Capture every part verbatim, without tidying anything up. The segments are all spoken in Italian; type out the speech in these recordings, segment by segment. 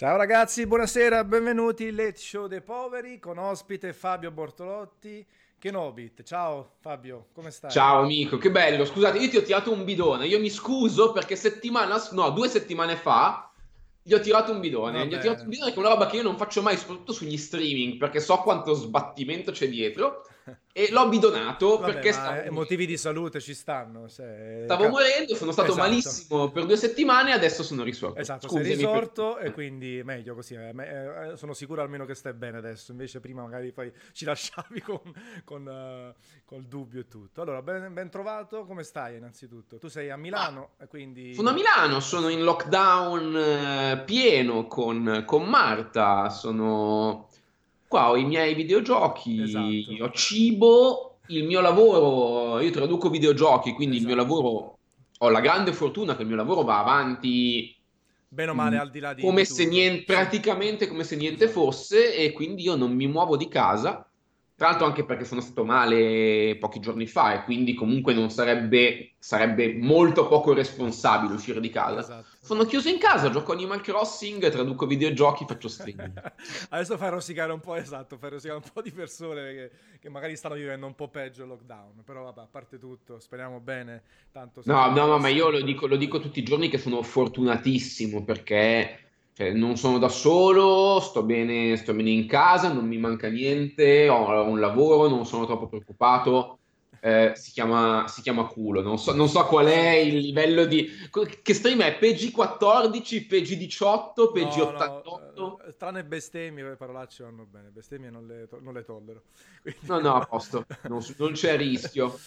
Ciao ragazzi, buonasera, benvenuti al Late Show dei Poveri con ospite Fabio Bortolotti, Kenobit. Ciao Fabio, come stai? Ciao amico, che bello. Scusate, io ti ho tirato un bidone. Io mi scuso perché settimana, no, due settimane fa gli ho tirato un bidone. Gli ho tirato un Vabbè, bidone che è una roba che io non faccio mai, soprattutto sugli streaming, perché so quanto sbattimento c'è dietro. E l'ho bidonato vabbè, perché ma stavo eh, motivi di morendo. salute ci stanno. Se... Stavo ca- morendo, sono stato Esatto. malissimo per due settimane e adesso sono risorto. Esatto, sei Scusami per... risorto e quindi meglio così. eh, me- eh, sono sicuro almeno che stai bene adesso. Invece prima magari poi ci lasciavi con, con, eh, col dubbio e tutto. Allora, ben, ben trovato, come stai innanzitutto? Tu sei a Ma Milano e sono a quindi... Milano, eh sono sì, in lockdown eh, pieno con, con Marta, sono qua, ho i miei videogiochi, esatto, ho cibo, il mio lavoro, io traduco videogiochi, quindi il mio esatto. lavoro, ho la grande fortuna che il mio lavoro va avanti Bene o male mh, al di là di, di come se tutto. niente, Sì, praticamente come se niente esatto. fosse e quindi io non mi muovo di casa. Tra l'altro anche perché sono stato male pochi giorni fa e quindi comunque non sarebbe, sarebbe molto poco responsabile uscire di casa. Esatto. Sono chiuso in casa, gioco Animal Crossing, traduco videogiochi, faccio streaming. Adesso fai rosicare un po', esatto, fai rosicare un po' di persone che, che magari stanno vivendo un po' peggio il lockdown, però vabbè, a parte tutto, speriamo bene, tanto se No, torna no, la no, ma io serie. lo dico, lo dico tutti i giorni che sono fortunatissimo perché cioè, non sono da solo, sto bene, sto bene in casa, non mi manca niente, ho, ho un lavoro, non sono troppo preoccupato. Eh, si chiama, si chiama culo, non so, non so qual è Sì. il livello di... Che stream è? P G quattordici, P G diciotto, P G No, no, ottantotto? eh, tranne bestemmie, le parolacce vanno bene, bestemmie non le, to- non le tollero. Quindi- No, no, a posto, non, non c'è rischio.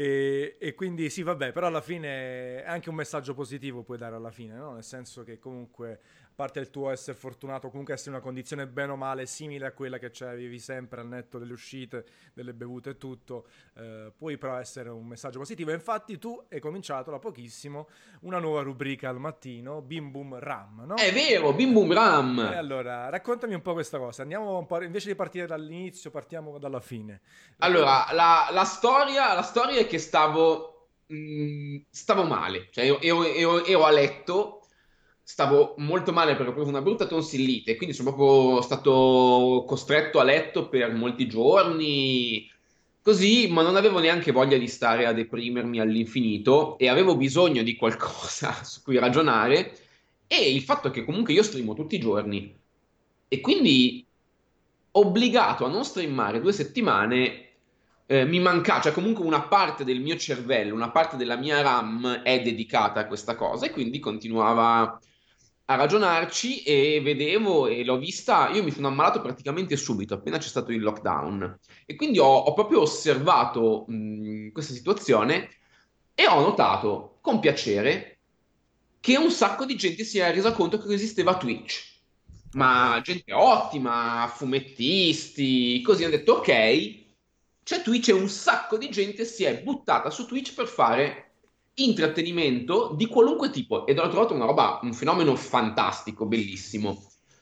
e, e quindi sì, vabbè, però alla fine è anche un messaggio positivo puoi dare alla fine, no? Nel senso che comunque, a parte il tuo essere fortunato, comunque essere in una condizione bene o male simile a quella che avevi sempre al netto delle uscite, delle bevute e tutto, eh, puoi però essere un messaggio positivo. E infatti tu hai cominciato da pochissimo una nuova rubrica al mattino, Bim Bum Ram, no? È vero, bim bum E ram. allora, raccontami un po' questa cosa. Andiamo un po', invece di partire dall'inizio, partiamo dalla fine. Racconta... Allora, la, la storia, la storia è che stavo, mh, stavo male, cioè io, io- io- ero a letto, stavo molto male perché ho preso una brutta tonsillite, quindi sono proprio stato costretto a letto per molti giorni, così, ma non avevo neanche voglia di stare a deprimermi all'infinito e avevo bisogno di qualcosa su cui ragionare e il fatto è che comunque io streamo tutti i giorni e quindi obbligato a non streamare due settimane, eh, mi manca, cioè comunque una parte del mio cervello, una parte della mia RAM è dedicata a questa cosa e quindi continuava a ragionarci e vedevo e l'ho vista, io mi sono ammalato praticamente subito, appena c'è stato il lockdown e quindi ho, ho proprio osservato mh, questa situazione e ho notato con piacere che un sacco di gente si è resa conto che esisteva Twitch. Ok. Ma gente ottima, fumettisti, così hanno detto ok, c'è Twitch e un sacco di gente si è buttata su Twitch per fare intrattenimento di qualunque tipo ed ho trovato una roba, un fenomeno fantastico, bellissimo.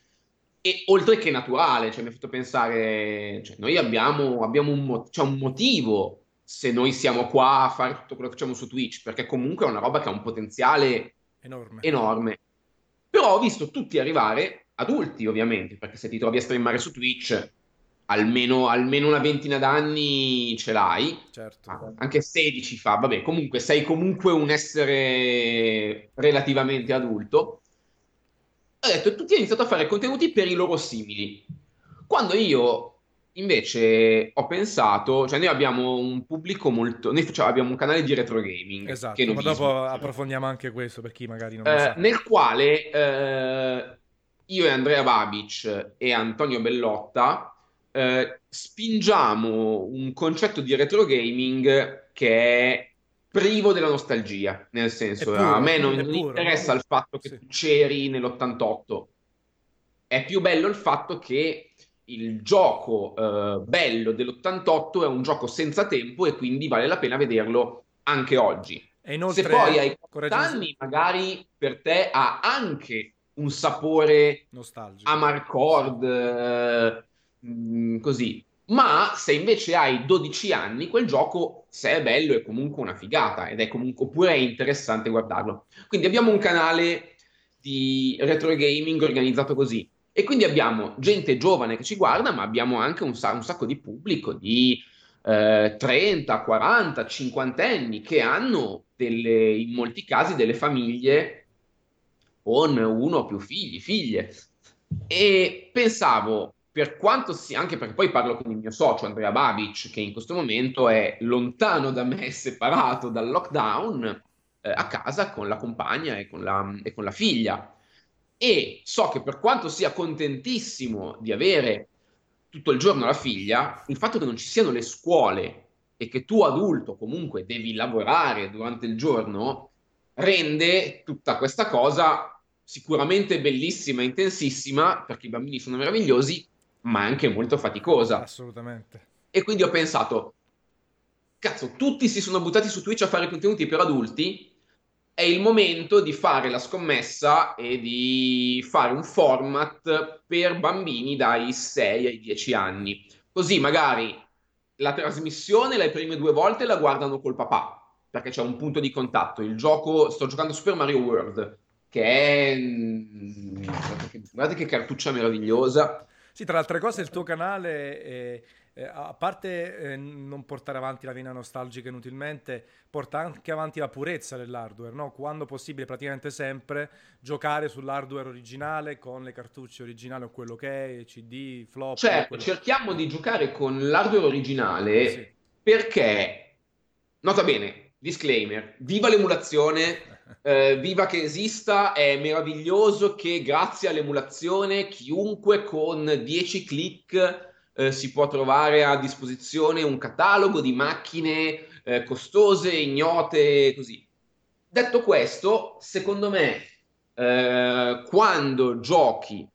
E oltre che naturale, cioè mi ha fatto pensare, cioè, noi abbiamo, abbiamo un, mo- c'è un motivo se noi siamo qua a fare tutto quello che facciamo su Twitch, perché comunque è una roba che ha un potenziale Enorme. enorme. Però ho visto tutti arrivare, adulti ovviamente, perché se ti trovi a streamare su Twitch, almeno, almeno una ventina d'anni ce l'hai, Certo. ah, anche sedici fa, vabbè, comunque sei comunque un essere relativamente adulto. Ho detto, tutti hanno iniziato a fare contenuti per i loro simili. Quando io invece ho pensato, cioè noi abbiamo un pubblico molto, noi facciamo, abbiamo un canale di retro gaming, che è Esatto, ma Novismo, dopo approfondiamo anche questo per chi magari non lo eh, sa. nel quale eh, io e Andrea Babic e Antonio Bellotta eh, spingiamo un concetto di retro gaming che è privo della nostalgia, nel È senso a me puro, non, è non puro, no? interessa il fatto che Sì. tu c'eri nell'ottantotto, è più bello il fatto che il gioco eh, bello dell'ottantotto è un gioco senza tempo e quindi vale la pena vederlo anche oggi. E Se poi inoltre, hai quaranta correggimi se... anni, magari per te ha anche un sapore Nostalgico, sì. Sì. amarcord, eh, mh, così. Ma se invece hai dodici anni, quel gioco, se è bello, è comunque una figata ed è comunque, oppure è interessante guardarlo. Quindi abbiamo un canale di retro gaming organizzato così. E quindi abbiamo gente giovane che ci guarda, ma abbiamo anche un, sa- un sacco di pubblico di eh, trenta, quaranta, cinquantenni che hanno delle, in molti casi delle famiglie con uno o più figli, figlie. E pensavo, per quanto sia, anche perché poi parlo con il mio socio Andrea Babic, che in questo momento è lontano da me, separato dal lockdown, eh, a casa con la compagna e con la, e con la figlia. E so che per quanto sia contentissimo di avere tutto il giorno la figlia, il fatto che non ci siano le scuole e che tu adulto comunque devi lavorare durante il giorno rende tutta questa cosa sicuramente bellissima e intensissima, perché i bambini sono meravigliosi, ma anche molto faticosa. Assolutamente. E quindi ho pensato, cazzo, tutti si sono buttati su Twitch a fare contenuti per adulti, è il momento di fare la scommessa e di fare un format per bambini dai sei ai dieci anni. Così magari la trasmissione le prime due volte la guardano col papà, perché c'è un punto di contatto. Il gioco, sto giocando Super Mario World, che è... mm, guardate che cartuccia meravigliosa. Sì, tra le altre cose il tuo canale, eh, eh, a parte eh, non portare avanti la vena nostalgica inutilmente, porta anche avanti la purezza dell'hardware, no? Quando possibile, praticamente sempre, giocare sull'hardware originale con le cartucce originali o quello che è, C D, flop, Certo, quello... cerchiamo di giocare con l'hardware Sì. originale perché, nota bene, disclaimer, viva l'emulazione, eh, viva che esista, è meraviglioso che grazie all'emulazione chiunque con dieci click eh, si può trovare a disposizione un catalogo di macchine eh, costose, ignote, così. Detto questo, secondo me, eh, quando giochi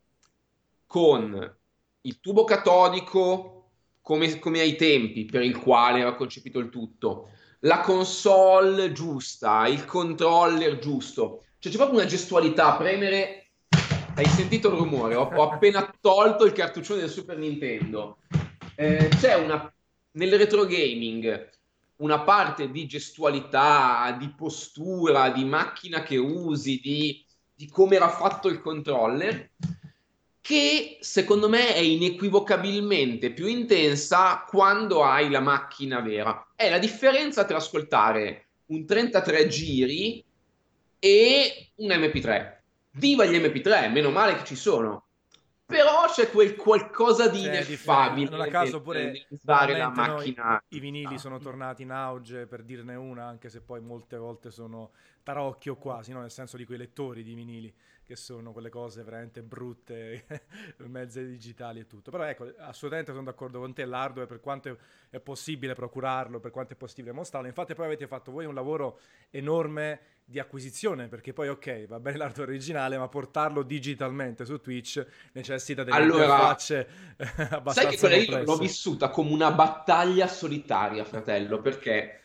con il tubo catodico come, come ai tempi per il quale era concepito il tutto, la console giusta, il controller giusto, cioè c'è proprio una gestualità, premere... Hai sentito il rumore? Ho, ho appena tolto il cartuccione del Super Nintendo. Eh, c'è una, nel retro gaming una parte di gestualità, di postura, di macchina che usi, di, di come era fatto il controller, che secondo me è inequivocabilmente più intensa quando hai la macchina vera. È la differenza tra ascoltare un trentatré giri e un M P tre. Viva gli M P tre, meno male che ci sono. Però c'è quel qualcosa di C'è differenza. Non a ineffabile caso nel, pure nell'usare la banalmente no, i, macchina i vinili giusta. sono tornati in auge, per dirne una, anche se poi molte volte sono tarocchi o quasi, no? Nel senso di quei lettori di vinili, che sono quelle cose veramente brutte, mezze digitali e tutto. Però ecco, assolutamente sono d'accordo con te, l'hardware per quanto è possibile procurarlo, per quanto è possibile mostrarlo. Infatti poi avete fatto voi un lavoro enorme di acquisizione, perché poi ok, va bene l'hardware originale, ma portarlo digitalmente su Twitch necessita delle Allora, interfacce sai che abbastanza quella io l'ho complesse. vissuta come una battaglia solitaria, fratello, perché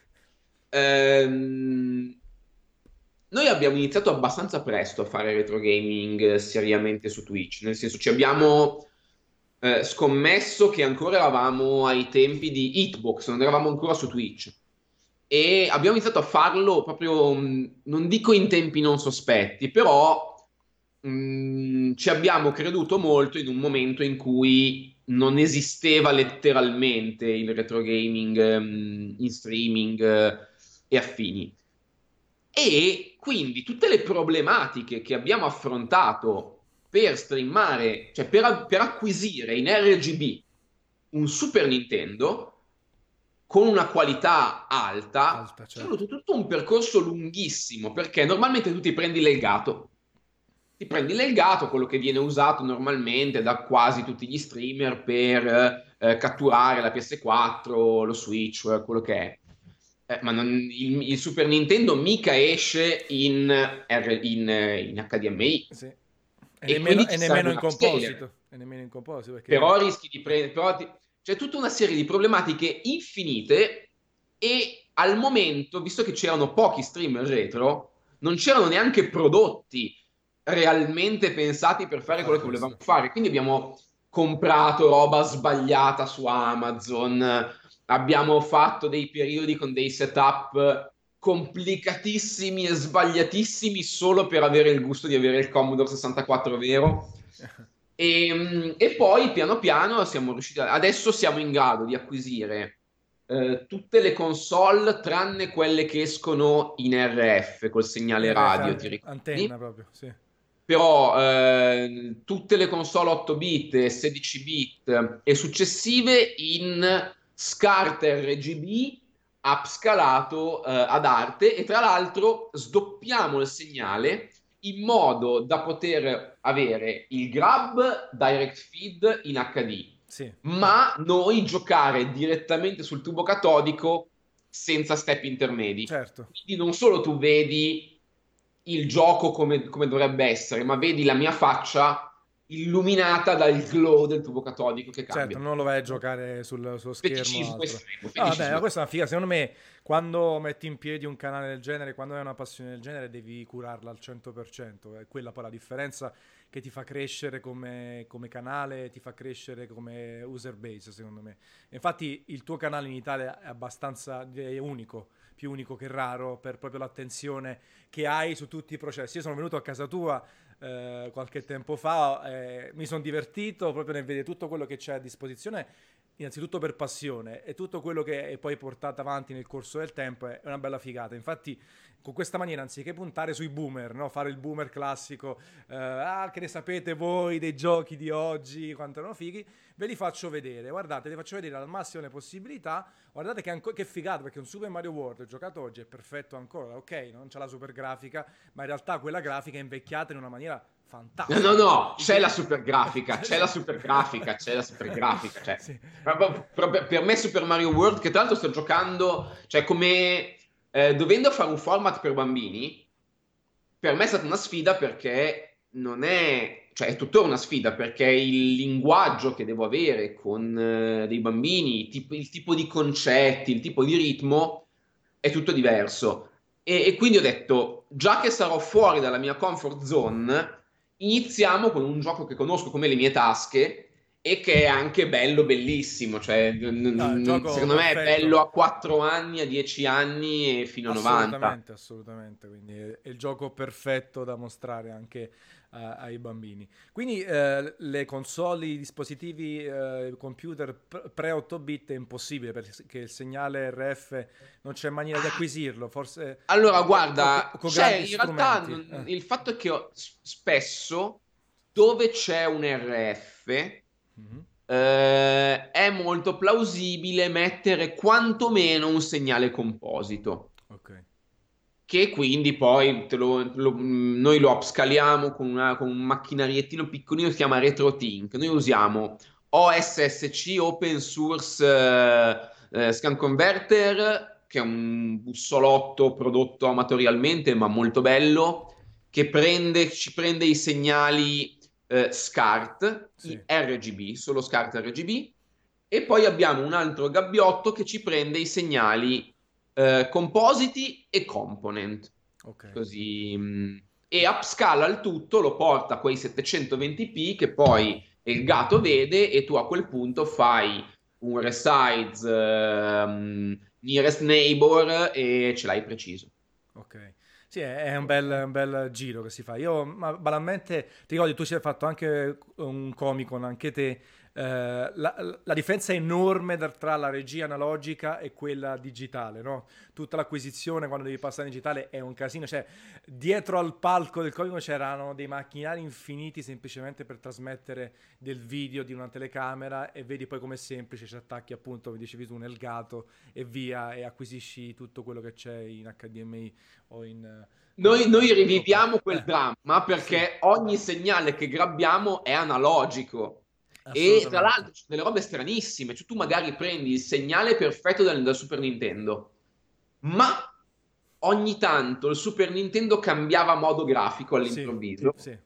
ehm, noi abbiamo iniziato abbastanza presto a fare retro gaming eh, seriamente su Twitch, nel senso ci abbiamo eh, scommesso che ancora eravamo ai tempi di Hitbox, non eravamo ancora su Twitch. E abbiamo iniziato a farlo proprio, mh, non dico in tempi non sospetti, però mh, ci abbiamo creduto molto in un momento in cui non esisteva letteralmente il retro gaming mh, in streaming eh, e affini. E quindi tutte le problematiche che abbiamo affrontato per streamare, cioè per, per acquisire in R G B un Super Nintendo con una qualità alta, Alta, c'è certo. voluto tutto un percorso lunghissimo, perché normalmente tu ti prendi l'Elgato, ti prendi l'Elgato, quello che viene usato normalmente da quasi tutti gli streamer per eh, catturare la P S quattro, lo Switch, quello che è. Eh, ma non- il, il Super Nintendo mica esce in, R- in, eh, in H D M I Sì. E e nemmeno, quindi e ti serve nemmeno in un upscaler. composito. E nemmeno in composito, perché... Però rischi di prendere... Però ti- c'è tutta una serie di problematiche infinite e al momento, visto che c'erano pochi streamer retro, non c'erano neanche prodotti realmente pensati per per fare fare quello che volevamo questo. fare. Quindi abbiamo comprato roba sbagliata su Amazon, abbiamo fatto dei periodi con dei setup complicatissimi e sbagliatissimi solo per avere il gusto di avere il Commodore sessantaquattro vero. E, e poi piano piano siamo riusciti a, adesso siamo in grado di acquisire eh, tutte le console tranne quelle che escono in R F col segnale radio, ti ricordi? Antenna proprio, sì. Però eh, tutte le console otto bit, sedici bit e successive in SCART R G B upscalato eh, ad arte, e tra l'altro sdoppiamo il segnale in modo da poter avere il grab direct feed in H D, Sì. ma noi giocare direttamente sul tubo catodico senza step intermedi. Certo. Quindi non solo tu vedi il gioco come, come dovrebbe essere, ma vedi la mia faccia illuminata dal glow del tubo catodico che cambia. Certo, non lo vai a giocare sul, sullo schermo. Feticismo Altro. estremo, No, vabbè, feticismo. ma questa è una figa. Secondo me, quando metti in piedi un canale del genere, quando hai una passione del genere, devi curarla al cento per cento. È quella poi la differenza che ti fa crescere come, come canale, ti fa crescere come user base, secondo me. Infatti, il tuo canale in Italia è abbastanza, direi, unico, più unico che raro, per proprio l'attenzione che hai su tutti i processi. Io sono venuto a casa tua eh, qualche tempo fa, eh, mi sono divertito proprio nel vedere tutto quello che c'è a disposizione, innanzitutto per passione, e tutto quello che è poi portato avanti nel corso del tempo è una bella figata. Infatti, con questa maniera, anziché puntare sui boomer, no? Fare il boomer classico, eh, ah, che ne sapete voi dei giochi di oggi, quanto erano fighi, ve li faccio vedere. Guardate, li faccio vedere al massimo le possibilità. Guardate che, anco- che figata, perché un Super Mario World giocato oggi è perfetto ancora, ok, non c'è la super grafica, ma in realtà quella grafica è invecchiata in una maniera fantastica. No, no, no, c'è la super grafica, c'è la super grafica, c'è la super grafica. Cioè, Sì. proprio- proprio per me Super Mario World, che tra l'altro sto giocando, cioè come eh, dovendo fare un format per bambini, per me è stata una sfida perché non è, cioè è tuttora una sfida perché il linguaggio che devo avere con eh, dei bambini, tipo- il tipo di concetti, il tipo di ritmo è tutto diverso. E, e quindi ho detto, già che sarò fuori dalla mia comfort zone, iniziamo con un gioco che conosco come le mie tasche e che è anche bello, bellissimo. Cioè, n- No, è un n- gioco secondo me è perfetto. bello a quattro anni, a dieci anni e fino a novanta. Assolutamente, assolutamente, quindi è, è il gioco perfetto da mostrare anche eh, ai bambini. Quindi eh, le console, i dispositivi, eh, computer p- pre otto bit è impossibile perché il segnale R F non c'è maniera di acquisirlo, forse Allora, eh, guarda, co- co- con c'è grandi in realtà strumenti. non- Eh. il fatto è che ho- s- spesso dove c'è un R F Mhm. eh, è molto plausibile mettere quantomeno un segnale composito, Ok, che quindi poi te lo- lo- noi lo upscaliamo con, una- con un macchinariettino piccolino che si chiama RetroTink. Noi usiamo O S S C, Open Source eh, eh, Scan Converter, che è un bussolotto prodotto amatorialmente ma molto bello, che prende, ci prende i segnali eh, SCART, sì, i R G B, solo SCART R G B, e poi abbiamo un altro gabbiotto che ci prende i segnali eh, compositi e component, ok. così, mh, e upscala il tutto, lo porta a quei settecentoventi p che poi il gatto vede, e tu a quel punto fai un resize ehm, nearest neighbor e ce l'hai preciso. Ok, sì, è è un bel, un bel giro che si fa. Io, ma banalmente, ti ricordi, tu ci hai fatto anche un Comic-Con, anche te. eh, la, la differenza è enorme da- tra la regia analogica e quella digitale, no? Tutta l'acquisizione quando devi passare in digitale è un casino. Cioè, dietro al palco del Comic-Con c'erano dei macchinari infiniti semplicemente per trasmettere del video di una telecamera, e vedi poi com'è semplice, ci attacchi appunto, come dicevi tu, nel gato e via, e acquisisci tutto quello che c'è in H D M I o in... eh, Noi, noi eh, riviviamo quel eh, dramma sì, perché ogni segnale che grabbiamo è analogico. E tra assolutamente. l'altro ci sono delle robe stranissime, cioè tu magari prendi il segnale perfetto del, del Super Nintendo, ma ogni tanto il Super Nintendo cambiava modo grafico Sì, all'improvviso, sì,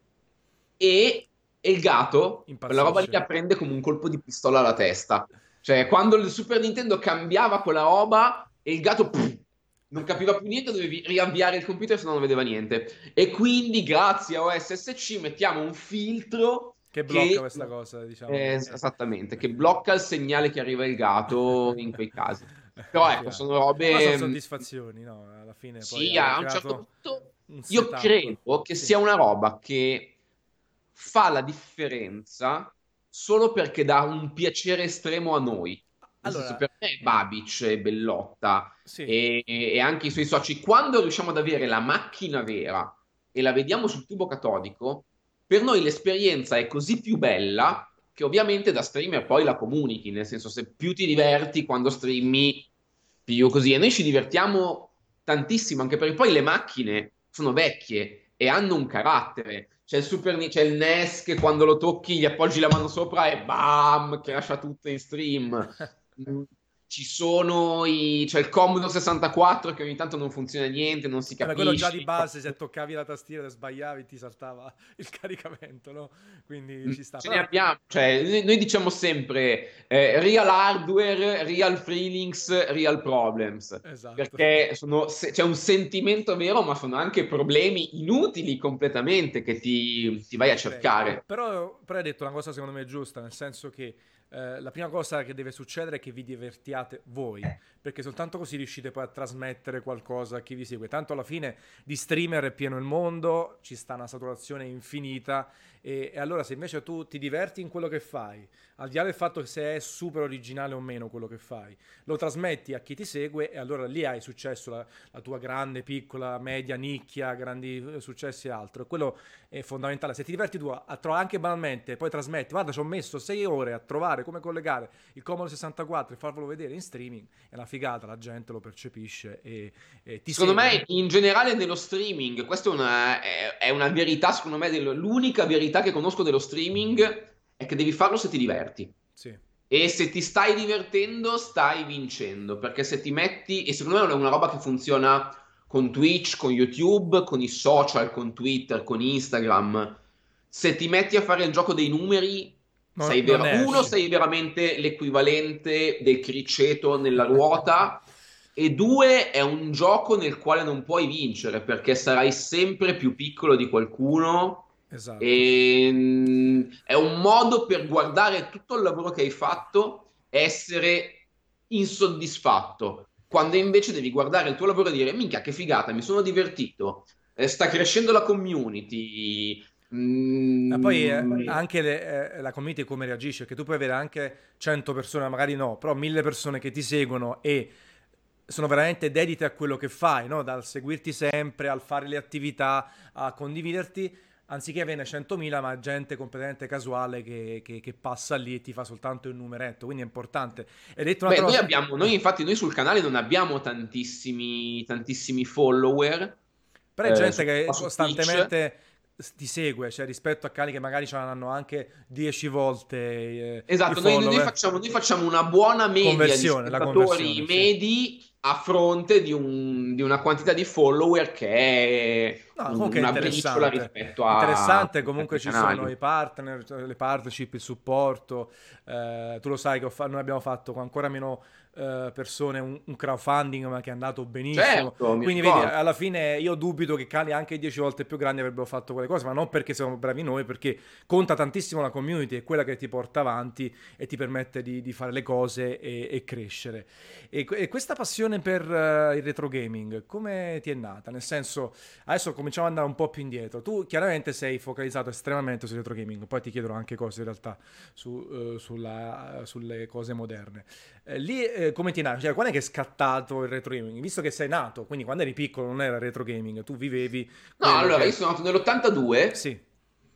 e, e il gatto quella roba lì impazzisce. la prende come un colpo di pistola alla testa. Cioè quando il Super Nintendo cambiava quella roba e il gatto pff, non capiva più niente, dovevi riavviare il computer se no non vedeva niente. E quindi grazie a O S S C mettiamo un filtro Che blocca che questa cosa, diciamo eh, che... esattamente, che blocca il segnale che arriva il gatto in quei casi. Però ecco, Chiaro. sono Ma sono robe... soddisfazioni, no? Alla fine poi Sì, hai a un certo creato punto un io setup. credo che Sì. sia una roba che fa la differenza solo perché dà un piacere estremo a noi. Nel senso, Allora, per me, Babic e Bellotta sì. e, e anche i suoi soci, quando riusciamo ad avere la macchina vera e la vediamo sul tubo catodico, per noi l'esperienza è così più bella che ovviamente da streamer poi la comunichi, nel senso se più ti diverti quando streami, più così. E noi ci divertiamo tantissimo, anche perché poi le macchine sono vecchie e hanno un carattere. C'è il Super, Ni- c'è il N E S che quando lo tocchi gli appoggi la mano sopra e bam, crasha tutto in stream. Mm, Ci sono i... c'è il Commodore sessantaquattro che ogni tanto non funziona niente, non si Eh, ma quello già di capisce. base, se toccavi la tastiera e sbagliavi, ti saltava il caricamento, no? Quindi Mm, ci sta. Ce ne Però, abbiamo, cioè, noi noi diciamo sempre eh, real hardware, real feelings, real problems, esatto. perché sono- se- c'è un sentimento vero, ma sono anche problemi inutili completamente che ti, ti vai a Ti crei. cercare. Però, però hai detto una cosa secondo me giusta, nel senso che eh, la prima cosa che deve succedere è che vi divertiate voi, perché soltanto così riuscite poi a trasmettere qualcosa a chi vi segue. Tanto alla fine di streamer è pieno il mondo, ci sta una saturazione infinita e, e allora se invece tu ti diverti in quello che fai, al di là del fatto che se è super originale o meno quello che fai, lo trasmetti a chi ti segue e allora lì hai successo, la, la tua grande, piccola, media, nicchia, grandi eh, successi e altro. E quello è fondamentale. Se ti diverti tu a, a trovare anche banalmente, poi trasmetti, guarda, ci ho messo sei ore a trovare come collegare il Commodore sessantaquattro e farvelo vedere in streaming, è una figata, la gente lo percepisce e, e ti Secondo segue. me, in generale, nello streaming, questa è una, è- è una verità, secondo me, del- l'unica verità che conosco dello streaming è che devi farlo se ti diverti. Sì, E se ti stai divertendo, stai vincendo, perché se ti metti, e secondo me è una roba che funziona con Twitch, con YouTube, con i social, con Twitter, con Instagram. Se ti metti a fare il gioco dei numeri, non, sei non vera- ne uno, esci. sei veramente l'equivalente del criceto nella ruota, e due, è un gioco nel quale non puoi vincere, perché sarai sempre più piccolo di qualcuno Esatto. e mm, è un modo per guardare tutto il lavoro che hai fatto e essere insoddisfatto, quando invece devi guardare il tuo lavoro e dire, minchia, che figata, mi sono divertito, eh, sta crescendo la community. Ma poi eh, Mm, anche le- eh, la community come reagisce, che tu puoi avere anche cento persone, magari no, però mille persone che ti seguono e sono veramente dedite a quello che fai, no? Dal seguirti sempre, al fare le attività, a condividerti, anziché avere centomila, ma gente completamente casuale che, che- che passa lì e ti fa soltanto il numeretto, quindi è importante. E hai detto Beh, un'altra noi cosa, abbiamo, noi eh, infatti, noi sul canale non abbiamo tantissimi, tantissimi follower, però è eh, gente soprattutto che qua su Twitch. costantemente s- ti segue, cioè rispetto a cani che magari ce l'hanno anche dieci volte eh, i Esatto, noi, noi follower. facciamo, noi facciamo una buona media di Conversione, la spettatori conversione, sì. medi a fronte di, un- di una quantità di follower che è No, un- comunque è una briciola interessante. rispetto a Interessante, ad comunque altri ci sono canali. i partner, cioè le partnership, il supporto. Eh, tu lo sai che ho fa- noi abbiamo fatto con ancora meno eh, persone un, un crowdfunding, ma che è andato benissimo. Certo, mi Quindi vedi, ricordo. alla fine io dubito che cani anche dieci volte più grandi avrebbero fatto quelle cose, ma non perché siamo bravi noi, perché conta tantissimo la community, è quella che ti porta avanti e ti permette di, di fare le cose e, e crescere. E, que- e questa passione per eh, il retro gaming, come ti è nata? Nel senso, adesso cominciamo ad andare un po' più indietro. Tu chiaramente sei focalizzato estremamente sul retro gaming, poi ti chiederò anche cose in realtà su, eh, sulla- sulle cose moderne. Eh, lì eh, come ti è nato? Cioè, quando è che è scattato il retro gaming? Visto che sei nato, quindi quando eri piccolo non era retro gaming, tu vivevi No, quello allora, io che... sono nato nell'ottantadue, Sì,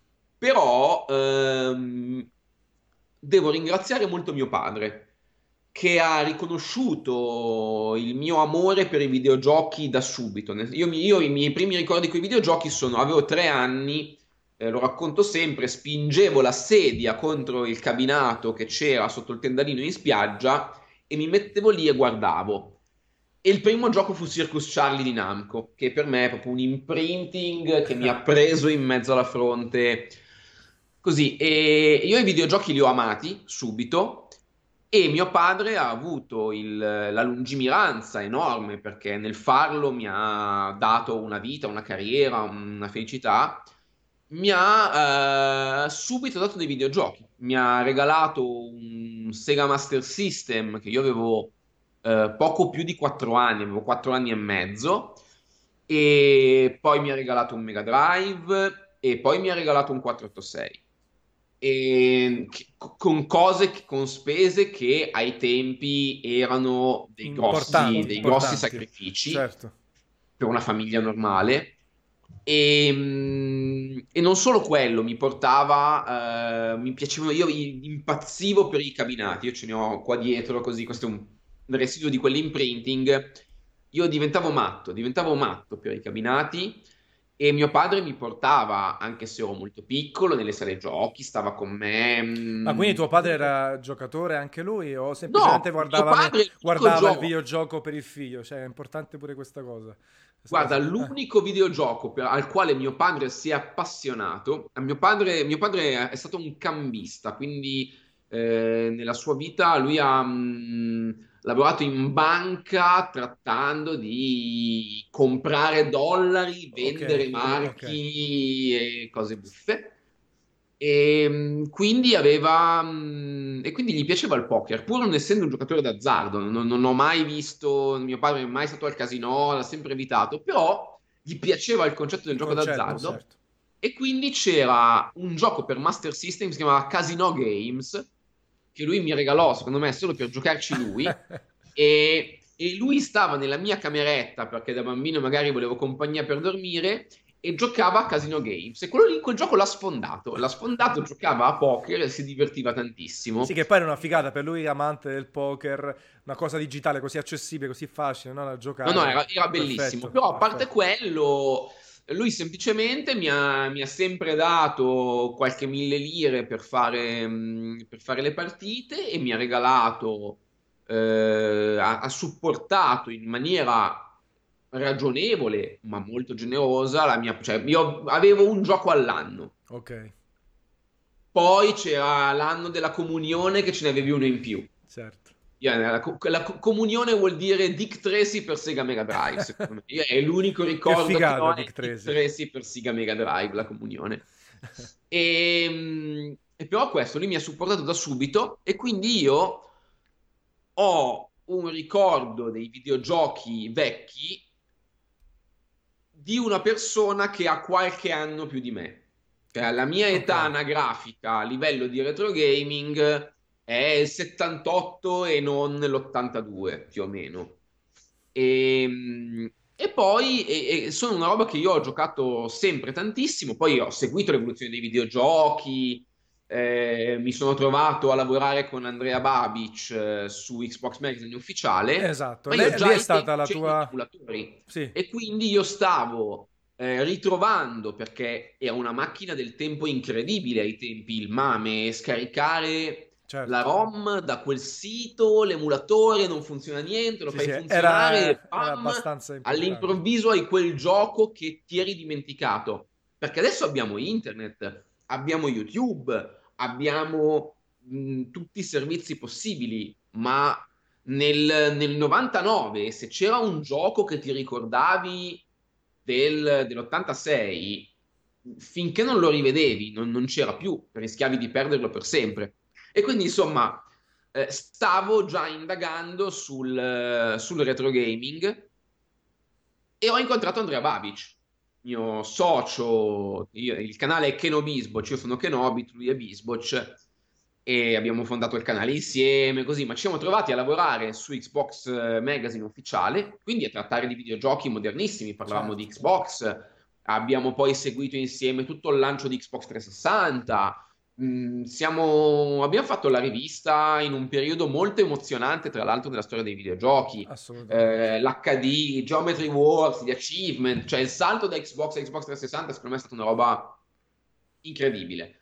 però ehm, devo ringraziare molto mio padre, che ha riconosciuto il mio amore per i videogiochi da subito. Nel- Io, mi- io i miei primi ricordi con i videogiochi sono, avevo tre anni, eh, lo racconto sempre, spingevo la sedia contro il cabinato che c'era sotto il tendalino in spiaggia e mi mettevo lì e guardavo. E il primo gioco fu Circus Charlie di Namco, che per me è proprio un imprinting che mi ha preso in mezzo alla fronte. Così, e io i videogiochi li ho amati subito e mio padre ha avuto il- la lungimiranza enorme perché nel farlo mi ha dato una vita, una carriera, una felicità. Mi ha eh, subito dato dei videogiochi. Mi ha regalato un Sega Master System che io avevo eh, poco più di quattro anni, avevo quattro anni e mezzo, e poi mi ha regalato un Mega Drive e poi mi ha regalato un quattrocentottantasei. E che- con cose, che- con spese che ai tempi erano dei grossi, Importanti, dei grossi importanti, sacrifici certo. per una famiglia normale. E, mm, e non solo quello, mi portava, eh, mi piacevano, io impazzivo per i cabinati, io ce ne ho qua dietro, così questo è un residuo di quell'imprinting. Io diventavo matto, diventavo matto per i cabinati e mio padre mi portava, anche se ero molto piccolo, nelle sale giochi, stava con me. Ma quindi mm, tuo padre era giocatore anche lui o semplicemente No, mio guardava, ne- padre, l'unico guardava il gioco. videogioco per il figlio? Cioè, è importante pure questa cosa. Questa Guarda, cosa- ah, l'unico videogioco per- al quale mio padre si è appassionato, a mio padre, mio padre è stato un cambista, quindi eh, nella sua vita lui ha mh, lavorato in banca trattando di comprare dollari, ok, vendere ok. marchi e cose buffe. E mh, quindi aveva, mh, e quindi gli piaceva il poker, pur non essendo un giocatore d'azzardo. Non, non ho mai visto, mio padre non è mai stato al casino, l'ha sempre evitato, però gli piaceva il concetto del Il gioco concetto, d'azzardo. certo. E quindi c'era un gioco per Master System che si chiamava Casino Games, che lui mi regalò, secondo me, solo per giocarci lui. E, e lui stava nella mia cameretta, perché da bambino magari volevo compagnia per dormire, e giocava a Casino Games. E quello lì, quel gioco l'ha sfondato. L'ha sfondato, giocava a poker e si divertiva Sì, tantissimo. che poi era una figata per lui, amante del poker, una cosa digitale così accessibile, così facile, no? Da No, no, giocare. era, era bellissimo. Perfetto, Però a parte perfetto. quello, lui semplicemente mi ha, mi ha sempre dato qualche mille lire per fare, mh, per fare le partite e mi ha regalato, eh, ha, ha supportato in maniera ragionevole, ma molto generosa, la mia, cioè, io avevo un gioco all'anno. Ok, Poi c'era l'anno della comunione che ce ne avevi uno in più. certo. Yeah, la, co- la co- comunione vuol dire Dick Tracy per Sega Mega Drive, secondo me. Io- È l'unico Che ricordo che ho figata, è Dick Dick Tracy. Tracy per Sega Mega Drive, la comunione. E, mh, e però questo lui mi ha supportato da subito e quindi io ho un ricordo dei videogiochi vecchi di una persona che ha qualche anno più di me. Cioè, la mia Ok. età anagrafica a livello di retro gaming è il settantotto e non l'ottantadue, più o meno. E, e poi e, e sono una roba che io ho giocato sempre tantissimo. Poi ho seguito l'evoluzione dei videogiochi. Eh, mi sono trovato a lavorare con Andrea Babic eh, su Xbox Magazine ufficiale, Esatto, ma io lei, lì già è ai tempi stata la facevo gli tua... emulatori. Sì, E quindi io stavo eh, ritrovando, perché era una macchina del tempo incredibile ai tempi, il MAME, scaricare la certo. ROM da quel sito, l'emulatore non funziona niente, lo Sì, fai sì, funzionare e era, era pam, abbastanza importante. all'improvviso hai quel gioco che ti eri dimenticato. Perché adesso abbiamo internet, abbiamo YouTube, abbiamo mh, tutti i servizi possibili, ma nel, nel novantanove, se c'era un gioco che ti ricordavi del- dell'ottantasei, finché non lo rivedevi, non, non c'era più, rischiavi di perderlo per sempre. E quindi, insomma, eh, stavo già indagando sul, eh, sul retro gaming e ho incontrato Andrea Babic, mio socio. Io- il canale è Keno Bisboc, io sono Kenobit, lui è Bisboc, e abbiamo fondato il canale insieme, così, ma ci siamo trovati a lavorare su Xbox eh, Magazine ufficiale, quindi a trattare di videogiochi modernissimi, parlavamo di Certo. Xbox, abbiamo poi seguito insieme tutto il lancio di Xbox trecentosessanta. Mm, siamo- abbiamo fatto la rivista in un periodo molto emozionante, tra l'altro, della storia dei videogiochi. Assolutamente. Eh, L'H D, Geometry Wars, gli achievement, cioè il salto da Xbox a Xbox trecentosessanta secondo me è stata una roba incredibile.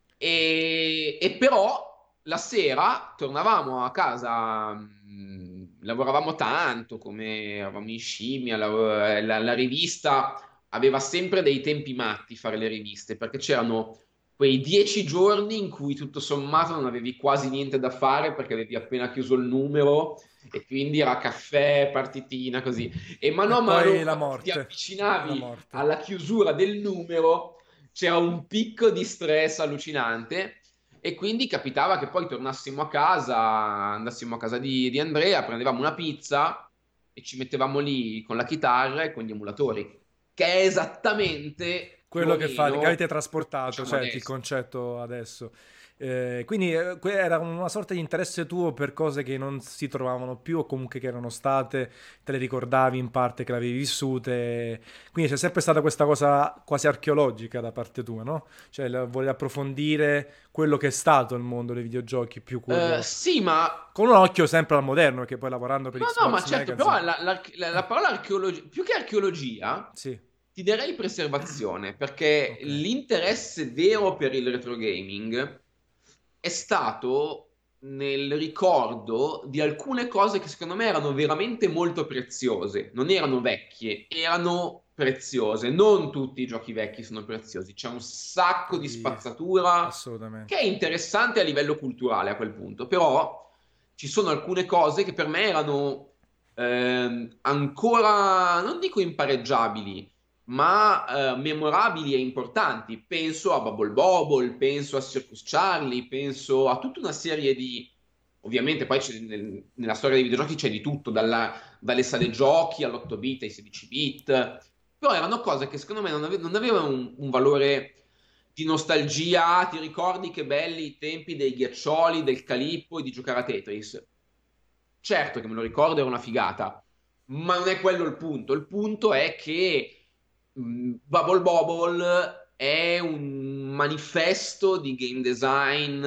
E, e però la sera tornavamo a casa, mh, lavoravamo tanto, come eravamo in scimmia, la, la- la rivista aveva sempre dei tempi matti fare le riviste, perché c'erano quei dieci giorni in cui tutto sommato non avevi quasi niente da fare perché avevi appena chiuso il numero e quindi era caffè, partitina, così. E mano E a mano, poi la quando ti morte. La avvicinavi morte. alla chiusura del numero, c'era un picco di stress allucinante. E quindi capitava che poi tornassimo a casa, andassimo a casa di, di Andrea, prendevamo una pizza e ci mettevamo lì con la chitarra e con gli emulatori, che è esattamente più Quello o che fate, che meno avete quello che trasportato, facciamo certo, il adesso. concetto adesso. Eh, quindi eh, que- era una sorta di interesse tuo per cose che non si trovavano più o comunque che erano state, te le ricordavi in parte che le avevi vissute. Quindi c'è sempre stata questa cosa quasi archeologica da parte tua, no? Cioè il voler approfondire quello che è stato il mondo dei videogiochi, più Eh, quello... sì, ma Con un occhio sempre al moderno, perché poi lavorando per no, no, ma Xbox certo, però Magazine... la, la- la- la parola archeologia, più che archeologia, Sì, ti direi preservazione, perché ok. l'interesse vero per il retro gaming è stato nel ricordo di alcune cose che secondo me erano veramente molto preziose, non erano vecchie, erano preziose. Non tutti i giochi vecchi sono preziosi, c'è un sacco di Di- spazzatura che Assolutamente. è interessante a livello culturale a quel punto, però ci sono alcune cose che per me erano ehm, ancora, non dico impareggiabili, ma eh, memorabili e importanti. Penso a Bubble Bobble, penso a Circus Charlie, penso a tutta una serie di... Ovviamente poi c'è nel- nella storia dei videogiochi c'è di tutto, dalla- dalle sale giochi all'otto bit, ai sedici bit, però erano cose che secondo me non, ave- non avevano un, un valore di nostalgia. Ah, ti ricordi che belli i tempi dei ghiaccioli, del Calippo e di giocare a Tetris? Certo che me lo ricordo, era una figata, ma non è quello il punto. Il punto è che mh, Bubble Bobble è un manifesto di game design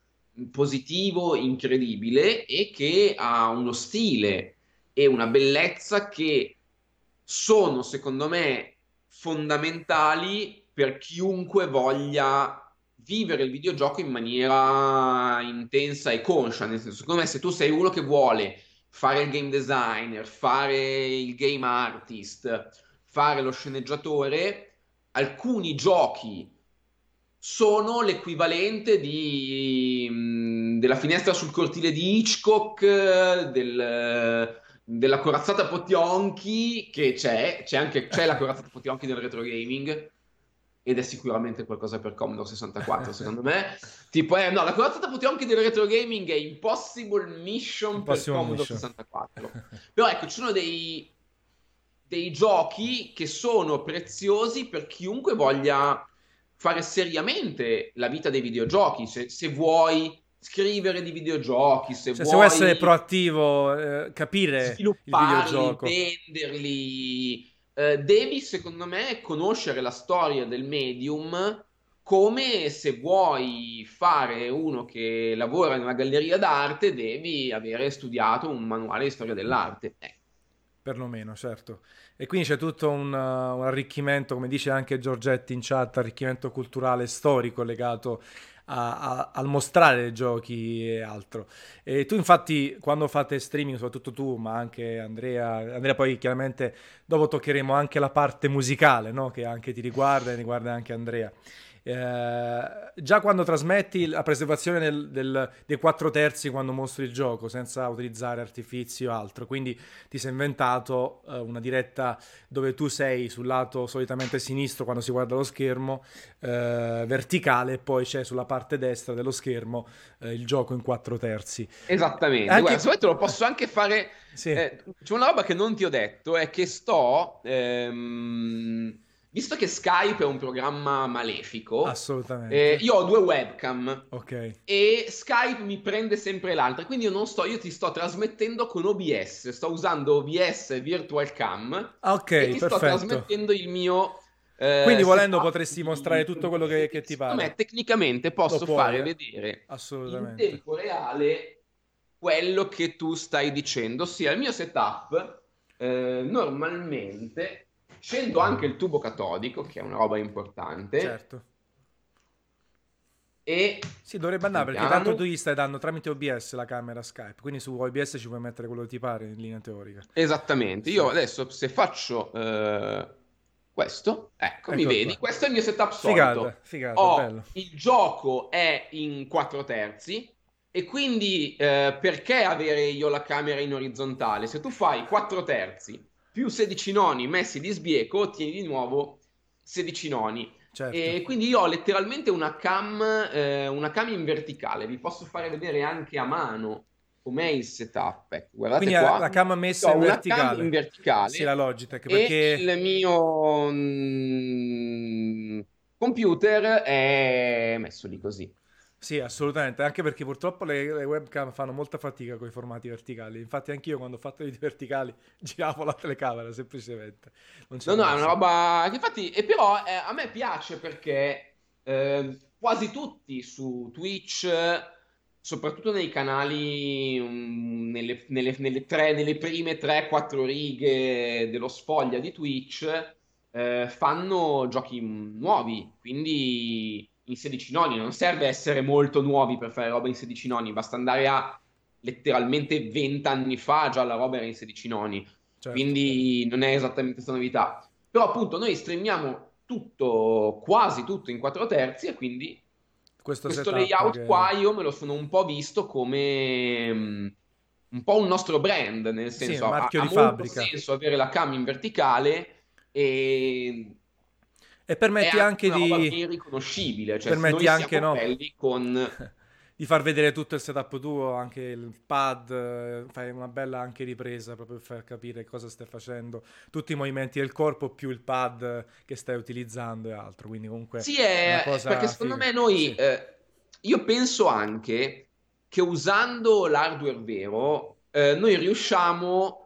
positivo, incredibile e che ha uno stile e una bellezza che sono, secondo me, fondamentali per chiunque voglia vivere il videogioco in maniera intensa e conscia. Nel senso, secondo me, se tu sei uno che vuole fare il game designer, fare il game artist, fare lo sceneggiatore, alcuni giochi sono l'equivalente di, mh, della finestra sul cortile di Hitchcock, del, della corazzata Potionchi, che c'è, c'è anche c'è la corazzata Potionchi nel retro gaming, ed è sicuramente qualcosa per Commodore sessantaquattro, secondo me. Tipo, eh, no, la corazzata Potionchi del retro gaming è Impossible Mission per Impossible Commodore Mission. sessantaquattro. Però ecco, ci sono dei, dei giochi che sono preziosi per chiunque voglia fare seriamente la vita dei videogiochi. Se, se vuoi scrivere di videogiochi, se Cioè, se vuoi essere vuoi proattivo, eh, capire il svilupparli, videogioco. intenderli, eh, devi, secondo me, conoscere la storia del medium come se vuoi fare uno che lavora in una galleria d'arte, devi avere studiato un manuale di storia dell'arte. Eh, Perlomeno, certo. E quindi c'è tutto un, uh, un arricchimento, come dice anche Giorgetti in chat, arricchimento culturale e storico legato a- a- al mostrare i giochi e altro. E tu infatti quando fate streaming, soprattutto tu, ma anche Andrea, Andrea poi chiaramente dopo toccheremo anche la parte musicale, no? Che anche ti riguarda e riguarda anche Andrea. Eh, già quando trasmetti la preservazione del- del- dei quattro terzi quando mostri il gioco senza utilizzare artifici o altro, quindi ti sei inventato eh, una diretta dove tu sei sul lato solitamente sinistro quando si guarda lo schermo, eh, verticale, e poi c'è sulla parte destra dello schermo eh, il gioco in quattro terzi. Esattamente, guarda, Anche... se vuoi te lo posso anche fare. Sì, Eh, c'è una roba che non ti ho detto, è che sto, ehm, visto che Skype è un programma malefico, eh, assolutamente. io ho due webcam Ok. e Skype mi prende sempre l'altra, quindi io non sto, io ti sto trasmettendo con O B S, sto usando O B S Virtual Cam Ah, e ok, ti sto perfetto. trasmettendo il mio eh, Quindi volendo setup potresti mostrare di tutto quello che, computing. che ti Secondo me pare. tecnicamente Lo posso puoi, fare eh? vedere in Assolutamente. tempo reale quello che tu stai dicendo, ossia il mio setup eh, normalmente scendo anche il tubo catodico, che è una roba importante, Certo. e Sì, dovrebbe andare perché tanto tu vediamo gli stai dando tramite O B S la camera Skype, quindi su O B S ci puoi mettere quello che ti pare in linea teorica. esattamente. Io Perfetto. adesso se faccio eh, questo, ecco, mi Eccolo vedi, qua. questo è il mio setup Figata, solito. figata, bello. Ho il gioco è in quattro terzi e quindi eh, perché avere io la camera in orizzontale? Se tu fai quattro terzi più sedici noni messi di sbieco, ottieni di nuovo sedici noni. certo. E quindi io ho letteralmente una cam, eh, una cam in verticale, vi posso fare vedere anche a mano com'è il setup. Ecco, guardate Quindi ha qua, la cam io messa ho in una cam in verticale. Sì, la verticale Logitech, e perché il mio mm, computer è messo lì così. sì, assolutamente, anche perché purtroppo le, le webcam fanno molta fatica con i formati verticali. Infatti anch'io quando ho fatto i video verticali giravo la telecamera semplicemente. Non No, c'era no, è una mossa. roba che infatti, e però eh, a me piace perché eh, quasi tutti su Twitch, soprattutto nei canali, mm, nelle, nelle- nelle tre, nelle prime tre quattro righe dello sfoglia di Twitch, eh, fanno giochi nuovi, quindi in sedici noni. Non serve essere molto nuovi per fare roba in sedici noni, basta andare a letteralmente venti anni fa, già la roba era in sedici noni, Certo, quindi non è esattamente questa novità. Però appunto noi streamiamo tutto, quasi tutto in quattro terzi e quindi questo questo setup layout che... qua io me lo sono un po' visto come mm, un po' un nostro brand, nel Sì, il senso ha, marchio ha di molto fabbrica. senso avere la cam in verticale e E è permetti anche anche una roba di... ben riconoscibile, cioè Permetti noi anche, siamo no? belli con... Di far vedere tutto il setup tuo, anche il pad, eh, fai una bella anche ripresa proprio per far capire cosa stai facendo, tutti i movimenti del corpo più il pad che stai utilizzando e altro, quindi comunque Sì, è una è, perché cosa secondo figa. me noi, Sì, eh, io penso anche che usando l'hardware vero, eh, noi riusciamo,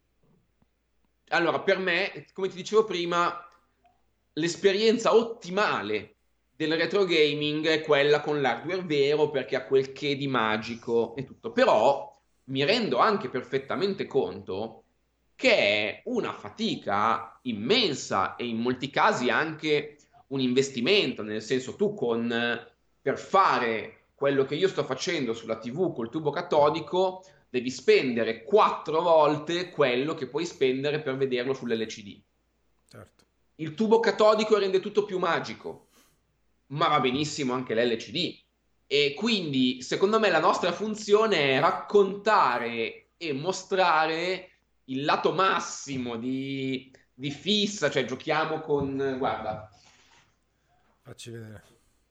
allora per me, come ti dicevo prima, l'esperienza ottimale del retro gaming è quella con l'hardware vero perché ha quel che di magico e tutto, però mi rendo anche perfettamente conto che è una fatica immensa e in molti casi anche un investimento, nel senso tu con, per fare quello che io sto facendo sulla T V col tubo catodico, devi spendere quattro volte quello che puoi spendere per vederlo sull'L C D. certo. Il tubo catodico rende tutto più magico, ma va benissimo anche l'L C D. E quindi, secondo me, la nostra funzione è raccontare e mostrare il lato massimo di, di fissa, cioè giochiamo con, guarda, Facci vedere.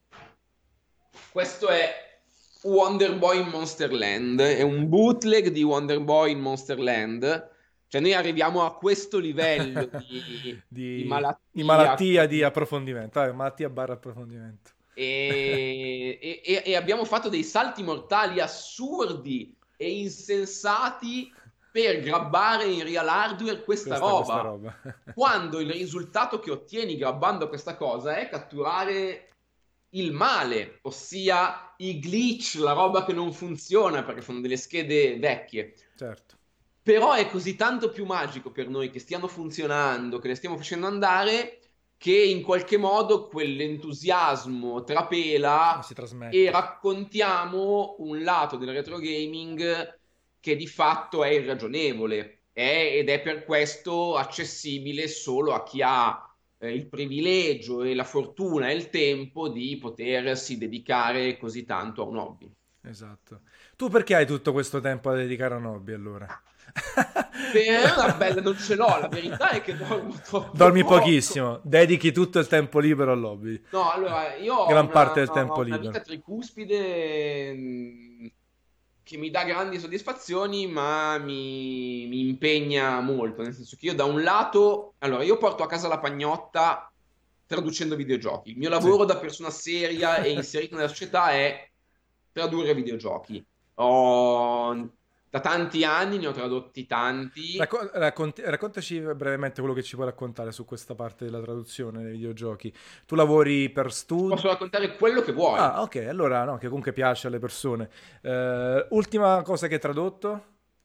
questo è Wonder Boy in Monster Land, è un bootleg di Wonder Boy in Monster Land, cioè noi arriviamo a questo livello di, di di, di malattia malattia di con- approfondimento, ah, malattia barra approfondimento. e, e- e abbiamo fatto dei salti mortali assurdi e insensati per grabbare in real hardware questa questa, questa roba. roba. Quando il risultato che ottieni grabbando questa cosa è catturare il male, ossia i glitch, la roba che non funziona perché sono delle schede vecchie. Certo, Però è così tanto più magico per noi che stiano funzionando, che le stiamo facendo andare, che in qualche modo quell'entusiasmo e si trapela e trasmette. raccontiamo un lato del retro gaming che di fatto è irragionevole è- ed è per questo accessibile solo a chi ha eh, il privilegio e la fortuna e il tempo di potersi dedicare così tanto a un hobby. Esatto. Tu perché hai tutto questo tempo da dedicare a un hobby allora? Per una bella non ce l'ho, la verità è che dormo troppo Dormi poco. pochissimo, dedichi tutto il tempo libero al hobby. No, allora, io ho Gran una, parte del tempo ho una libero. vita tricuspide mh, che mi dà grandi soddisfazioni, ma mi, mi impegna molto, nel senso che io da un lato, allora, io porto a casa la pagnotta traducendo videogiochi. Il mio Sì. lavoro da persona seria e inserita nella società è tradurre videogiochi. Ho, da tanti anni ne ho tradotti tanti. Racco- racconti- raccontaci brevemente quello che ci puoi raccontare su questa parte della traduzione dei videogiochi. Tu lavori per studi? Posso raccontare quello che vuoi. Ah, ok, allora no, che comunque piace alle persone. Eh, ultima cosa che hai tradotto?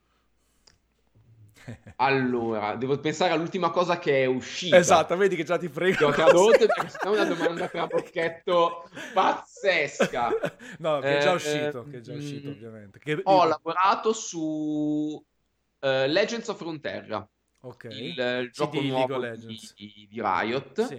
Allora, devo pensare all'ultima cosa che è uscita, Esatto, vedi che già ti che frego ho cose. tradotto, perché sennò è una domanda trabocchetto pazzesca. No, che è già Eh, uscito, che è già uscito mm, ovviamente. Che- ho di- lavorato su eh, Legends of Runeterra, Ok, il, il sì, gioco di League of nuovo di, Legends. di Riot. Sì,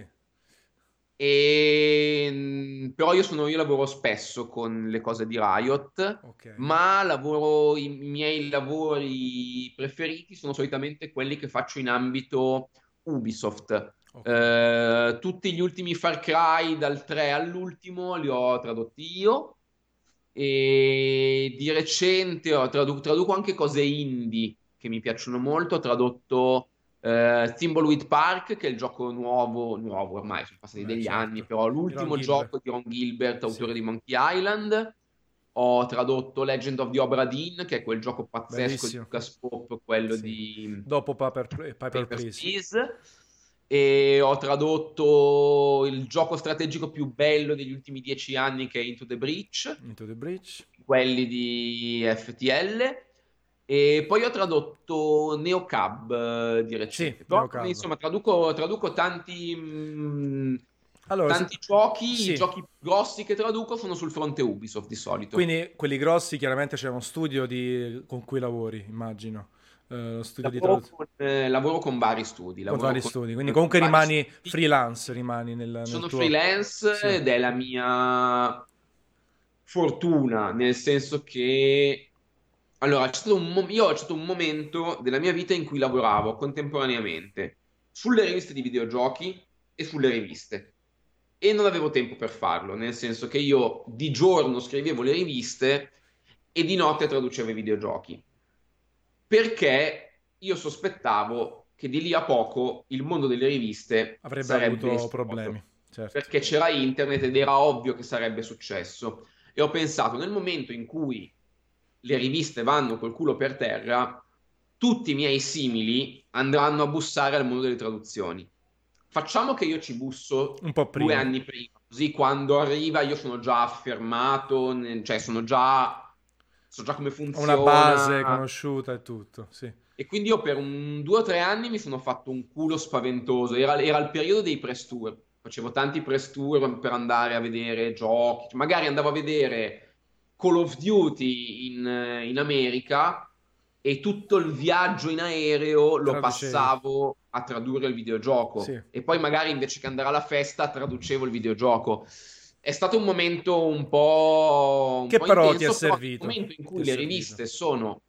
E, mh, però io, sono, io lavoro spesso con le cose di Riot, ok, ma lavoro, i miei lavori preferiti sono solitamente quelli che faccio in ambito Ubisoft. Ok. Eh, tutti gli ultimi Far Cry, dal tre all'ultimo, li ho tradotti io. E di recente ho tradu- traduco anche cose indie che mi piacciono molto. Ho tradotto eh, Thimbleweed Park, che è il gioco nuovo, nuovo ormai, sono passati Beh, degli anni, certo. però Di Ron l'ultimo Gilbert. gioco di Ron Gilbert, Sì, autore di Monkey Island. Ho tradotto Legend of the Obra Dinn, che è quel gioco pazzesco di bellissimo. Lucas Pope, quello Sì. di Dopo Paper, Paper Papers, Please. Please. E ho tradotto il gioco strategico più bello degli ultimi dieci anni, che è Into the Breach, Into the Breach. quelli di F T L. E poi ho tradotto Neocab eh, di Sì, recente. Però, Neocab. insomma, traduco, traduco tanti, mh, Allora, se- tanti giochi. I sì, giochi più grossi che traduco sono sul fronte Ubisoft di solito. quindi quelli grossi chiaramente c'è uno studio di- con cui lavori, immagino. Eh, lo studio di Lavoro traduzione con, eh, lavoro con vari studi, con lavoro vari con, studi, quindi con comunque vari rimani studi. freelance, rimani nel, nel Sono tuo... freelance Sì, ed è la mia fortuna, nel senso che allora, c'è stato un mo- io ho c'è stato un momento della mia vita in cui lavoravo contemporaneamente sulle riviste di videogiochi e sulle riviste e non avevo tempo per farlo, nel senso che io di giorno scrivevo le riviste e di notte traducevo i videogiochi, perché io sospettavo che di lì a poco il mondo delle riviste avrebbe sarebbe avuto esploso, problemi, certo. perché c'era internet ed era ovvio che sarebbe successo. E ho pensato, nel momento in cui le riviste vanno col culo per terra, tutti i miei simili andranno a bussare al mondo delle traduzioni. Facciamo che io ci busso Un po' due prima. anni prima, così quando arriva io sono già affermato, ne- cioè sono già, so già come Ho una base funziona. conosciuta e tutto, sì. E quindi io per un due o tre anni mi sono fatto un culo spaventoso. Era, era il periodo dei press tour. Facevo tanti press tour per andare a vedere giochi. Magari andavo a vedere Call of Duty in, in America e tutto il viaggio in aereo lo Traducevi. passavo a tradurre il videogioco. Sì. E poi magari invece che andare alla festa traducevo il videogioco. È stato un momento un po', un Che po' però ti è intenso, però nel servito. momento in Ti è cui le servito. riviste sono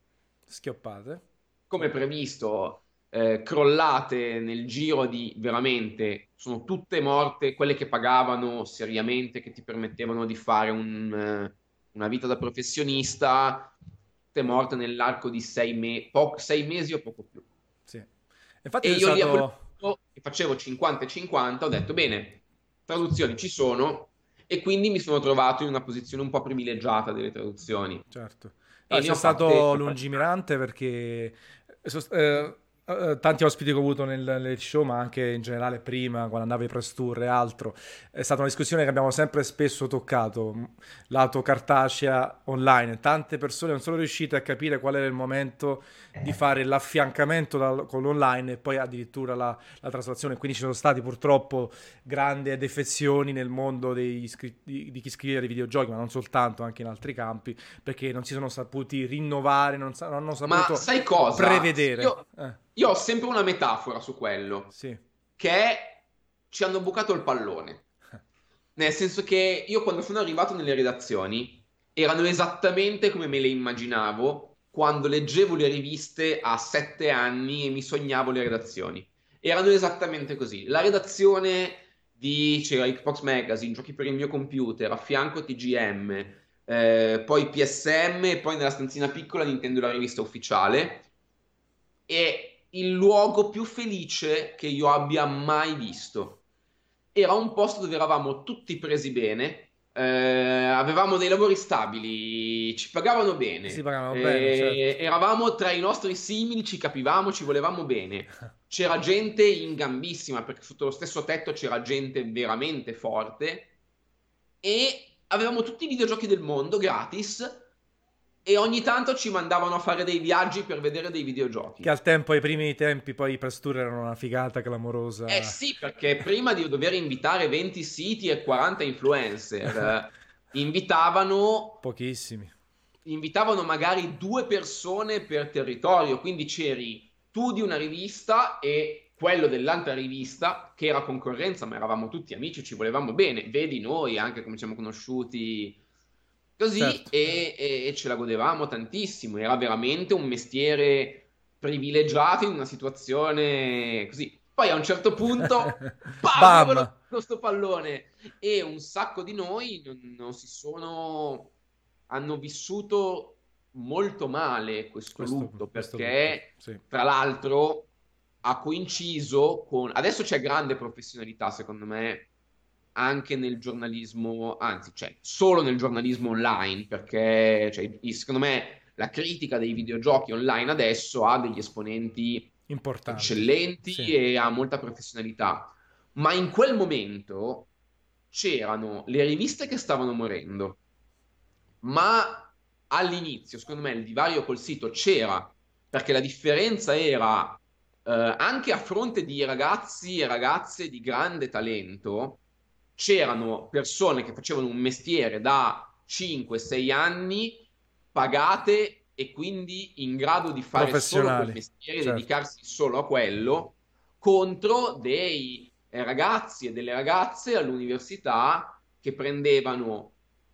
Schioppate. Sì. come previsto, eh, crollate nel giro di veramente, sono tutte morte, quelle che pagavano seriamente, che ti permettevano di fare un, eh, una vita da professionista, tutte morte nell'arco di sei, me- po- sei mesi o poco più. Sì. Infatti E sei io lì a quel stato... punto, che facevo cinquanta e cinquanta, ho detto, bene, traduzioni ci sono, e quindi mi sono trovato in una posizione un po' privilegiata delle traduzioni. Certo. E No, ne sei ho fatte... stato ne ho fatte lungimirante perché eh, sos- eh, eh, tanti ospiti che ho avuto nel, nel show, ma anche in generale prima, quando andavi ai press tour e altro, è stata una discussione che abbiamo sempre spesso toccato, m- lato cartacea online. Tante persone non sono riuscite a capire qual era il momento di fare l'affiancamento dal- con l'online e poi addirittura la, la traslazione. Quindi ci sono stati purtroppo grandi defezioni nel mondo dei scri- di, di chi scrive dei videogiochi, ma non soltanto, anche in altri campi perché non si sono saputi rinnovare, non, sa- non hanno Ma saputo sai cosa? prevedere. Io, Eh, io ho sempre una metafora su quello, sì, che è ci hanno bucato il pallone. Nel senso che io quando sono arrivato nelle redazioni erano esattamente come me le immaginavo quando leggevo le riviste a sette anni e mi sognavo le redazioni. Erano esattamente così. La redazione di c'era Xbox Magazine, giochi per il mio computer, a fianco T G M, eh, poi P S M e poi nella stanzina piccola Nintendo la rivista ufficiale. È il luogo più felice che io abbia mai visto. Era un posto dove eravamo tutti presi bene, eh, avevamo dei lavori stabili, ci pagavano si bene, pagano bene, certo. eh, eravamo tra i nostri simili, ci capivamo, ci volevamo bene. C'era gente in gambissima, perché sotto lo stesso tetto c'era gente veramente forte e avevamo tutti i videogiochi del mondo gratis e ogni tanto ci mandavano a fare dei viaggi per vedere dei Che videogiochi. al tempo, ai primi tempi, poi i press tour erano una figata Eh clamorosa. sì, perché prima di dover invitare venti siti e quaranta influencer, eh, invitavano, Pochissimi. invitavano magari due persone per territorio, quindi c'eri tu di una rivista e quello dell'altra rivista, che era concorrenza, ma eravamo tutti amici, ci volevamo bene, vedi noi anche come ci siamo conosciuti così Certo. e, e- e ce la godevamo tantissimo, era veramente un mestiere privilegiato in una situazione così. Poi a un certo punto, pam, io volevo Bam! questo pallone. E un sacco di noi non, non si sono, hanno vissuto molto male questo Questo, lutto, questo lutto, perché sì. tra l'altro ha coinciso con... Adesso c'è grande professionalità, secondo me, anche nel giornalismo, anzi, cioè, solo nel giornalismo online, perché cioè, i- secondo me la critica dei videogiochi online adesso ha degli esponenti Importanti, eccellenti sì. e ha molta professionalità. Ma in quel momento c'erano le riviste che stavano morendo, ma all'inizio, secondo me, il divario col sito c'era, perché la differenza era eh, anche a fronte di ragazzi e ragazze di grande talento, c'erano persone che facevano un mestiere da cinque sei anni, pagate e quindi in grado di fare solo quel Professionali, mestiere, certo. dedicarsi solo a quello, contro dei eh, ragazzi e delle ragazze all'università che prendevano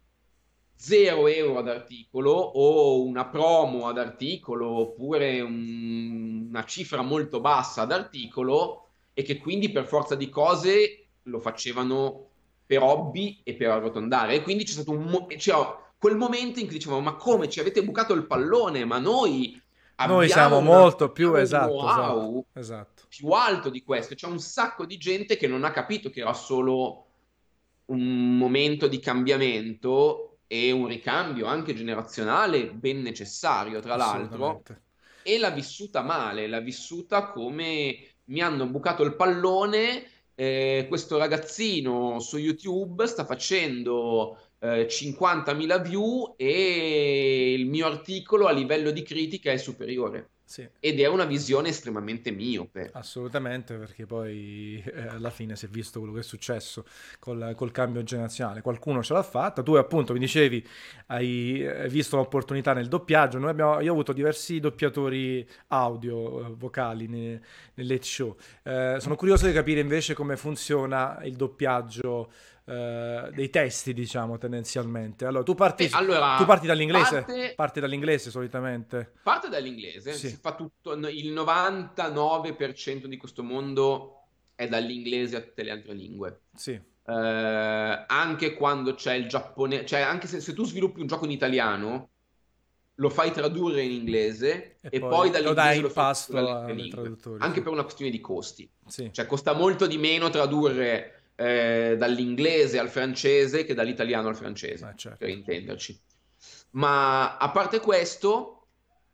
zero euro ad articolo o una promo ad articolo oppure un- una cifra molto bassa ad articolo e che quindi per forza di cose lo facevano per hobby e per arrotondare. E quindi c'è stato un mo- cioè, quel momento in cui dicevamo: ma come ci avete bucato il pallone? Ma noi Noi abbiamo, siamo una, molto più abbiamo un esatto, esatto, know-how esatto. più alto di questo. C'è un sacco di gente che non ha capito che era solo un momento di cambiamento e un ricambio anche generazionale ben necessario, tra l'altro, Assolutamente. e l'ha vissuta male, l'ha vissuta come mi hanno bucato il pallone. Eh, questo ragazzino su YouTube sta facendo eh, cinquantamila view e il mio articolo a livello di critica è superiore. Sì. Ed è una visione estremamente miope. Assolutamente, perché poi eh, alla fine si è visto quello che è successo col, col cambio generazionale. Qualcuno ce l'ha fatta. Tu, appunto, mi dicevi, hai eh, visto l'opportunità nel doppiaggio. Noi abbiamo, io ho avuto diversi doppiatori audio, eh, vocali ne- nel Late Show. Eh, sono curioso di capire invece come funziona il doppiaggio eh, dei testi, diciamo, tendenzialmente. Allora, tu parti, Beh, tu allora, parti dall'inglese? parte Parti dall'inglese solitamente? Parte dall'inglese, Sì, si fa tutto, il novantanove per cento di questo mondo è dall'inglese a tutte le altre lingue. sì. Eh, anche quando c'è il giapponese, cioè anche se, se tu sviluppi un gioco in italiano, lo fai tradurre in inglese E e poi poi lo dai dall'inglese lo in fai tradurre pasto alle altre ai lingue, traduttori, anche sì. per una questione di costi. Sì, Cioè costa molto di meno tradurre eh, dall'inglese al francese che dall'italiano al francese, eh, per certo. intenderci. Ma a parte questo,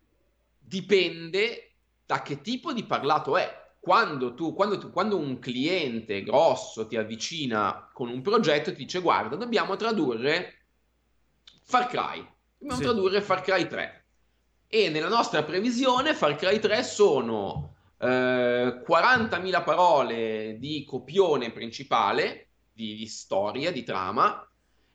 dipende da che tipo di parlato è. Quando, tu, quando, tu, quando un cliente grosso ti avvicina con un progetto e ti dice: guarda, dobbiamo tradurre Far Cry, dobbiamo Sì, tradurre Far Cry tre. E nella nostra previsione Far Cry tre sono eh, quarantamila parole di copione principale, di, di storia, di trama,